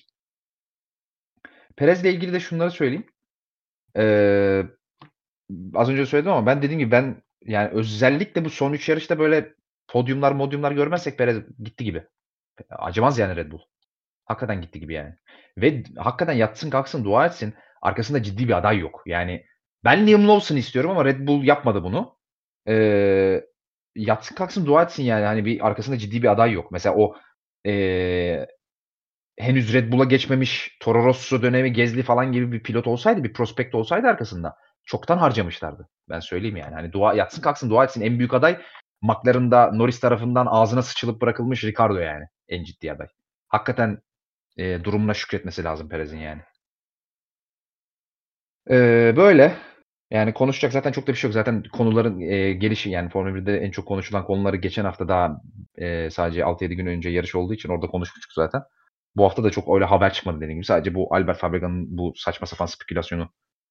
Perez'le ilgili de şunları söyleyeyim. Eee, az önce söyledim ama ben dediğim gibi ben yani özellikle bu son 3 yarışta böyle podyumlar görmezsek Perez gitti gibi. Acımaz yani Red Bull. Hakikaten gitti gibi yani. Ve hakikaten yatsın kalksın dua etsin. Arkasında ciddi bir aday yok. Yani ben Liam Lawson istiyorum ama Red Bull yapmadı bunu. Eee, yatsın kalksın dua etsin yani. Hani bir arkasında ciddi bir aday yok. Mesela o eee, henüz Red Bull'a geçmemiş Toro Rosso dönemi Gasly falan gibi bir pilot olsaydı, bir prospekt olsaydı arkasında çoktan harcamışlardı. Ben söyleyeyim yani. Hani yatsın kalksın dua etsin. En büyük aday McLaren'da Norris tarafından ağzına sıçılıp bırakılmış Ricardo yani. En ciddi aday. Hakikaten durumuna şükretmesi lazım Perez'in yani. Böyle. Yani konuşacak zaten çok da bir şey yok. Zaten konuların gelişi yani Formula 1'de en çok konuşulan konuları geçen hafta daha sadece 6-7 gün önce yarış olduğu için orada konuşmuştuk zaten. Bu hafta da çok öyle haber çıkmadı dediğim gibi. Sadece bu Albert Fabrica'nın bu saçma sapan spekülasyonu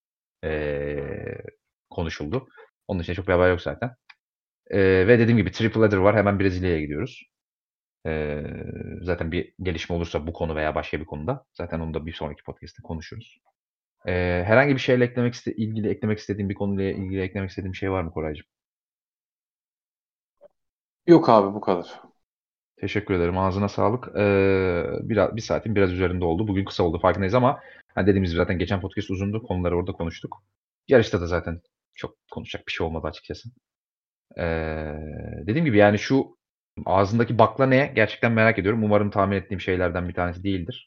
konuşuldu. Onun dışında çok bir haber yok zaten. Ve dediğim gibi triple header var. Hemen Brezilya'ya gidiyoruz. Zaten bir gelişme olursa bu konu veya başka bir konuda zaten onu da bir sonraki podcast'te konuşuruz. Herhangi bir şeyle eklemek istediğim bir konuyla ilgili eklemek istediğim bir şey var mı Koraycığım? Yok abi bu kadar. Teşekkür ederim. Ağzına sağlık. Bir saatin biraz üzerinde oldu. Bugün kısa oldu farkındayız ama hani dediğimiz gibi zaten geçen podcast uzundu. Konuları orada konuştuk. Yarışta da zaten çok konuşacak bir şey olmadı açıkçası. Dediğim gibi yani şu ağzındaki bakla ne? Gerçekten merak ediyorum. Umarım tahmin ettiğim şeylerden bir tanesi değildir.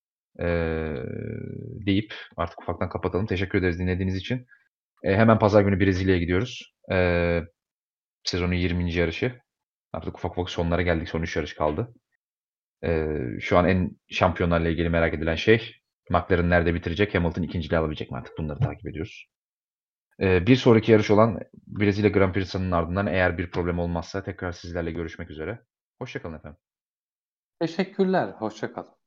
Deyip artık ufaktan kapatalım. Teşekkür ederiz dinlediğiniz için. Hemen pazar günü Brezilya'ya gidiyoruz. Sezonun 20. yarışı. Artık ufak ufak sonlara geldik. Son 3 yarış kaldı. Şu an en şampiyonlarla ilgili merak edilen şey McLaren nerede bitirecek? Hamilton ikinciliği alabilecek mi artık? Bunları takip ediyoruz. Bir sonraki yarış olan Brezilya Grand Prix'sinin ardından eğer bir problem olmazsa tekrar sizlerle görüşmek üzere. Hoşça kalın efendim. Teşekkürler. Hoşça kal.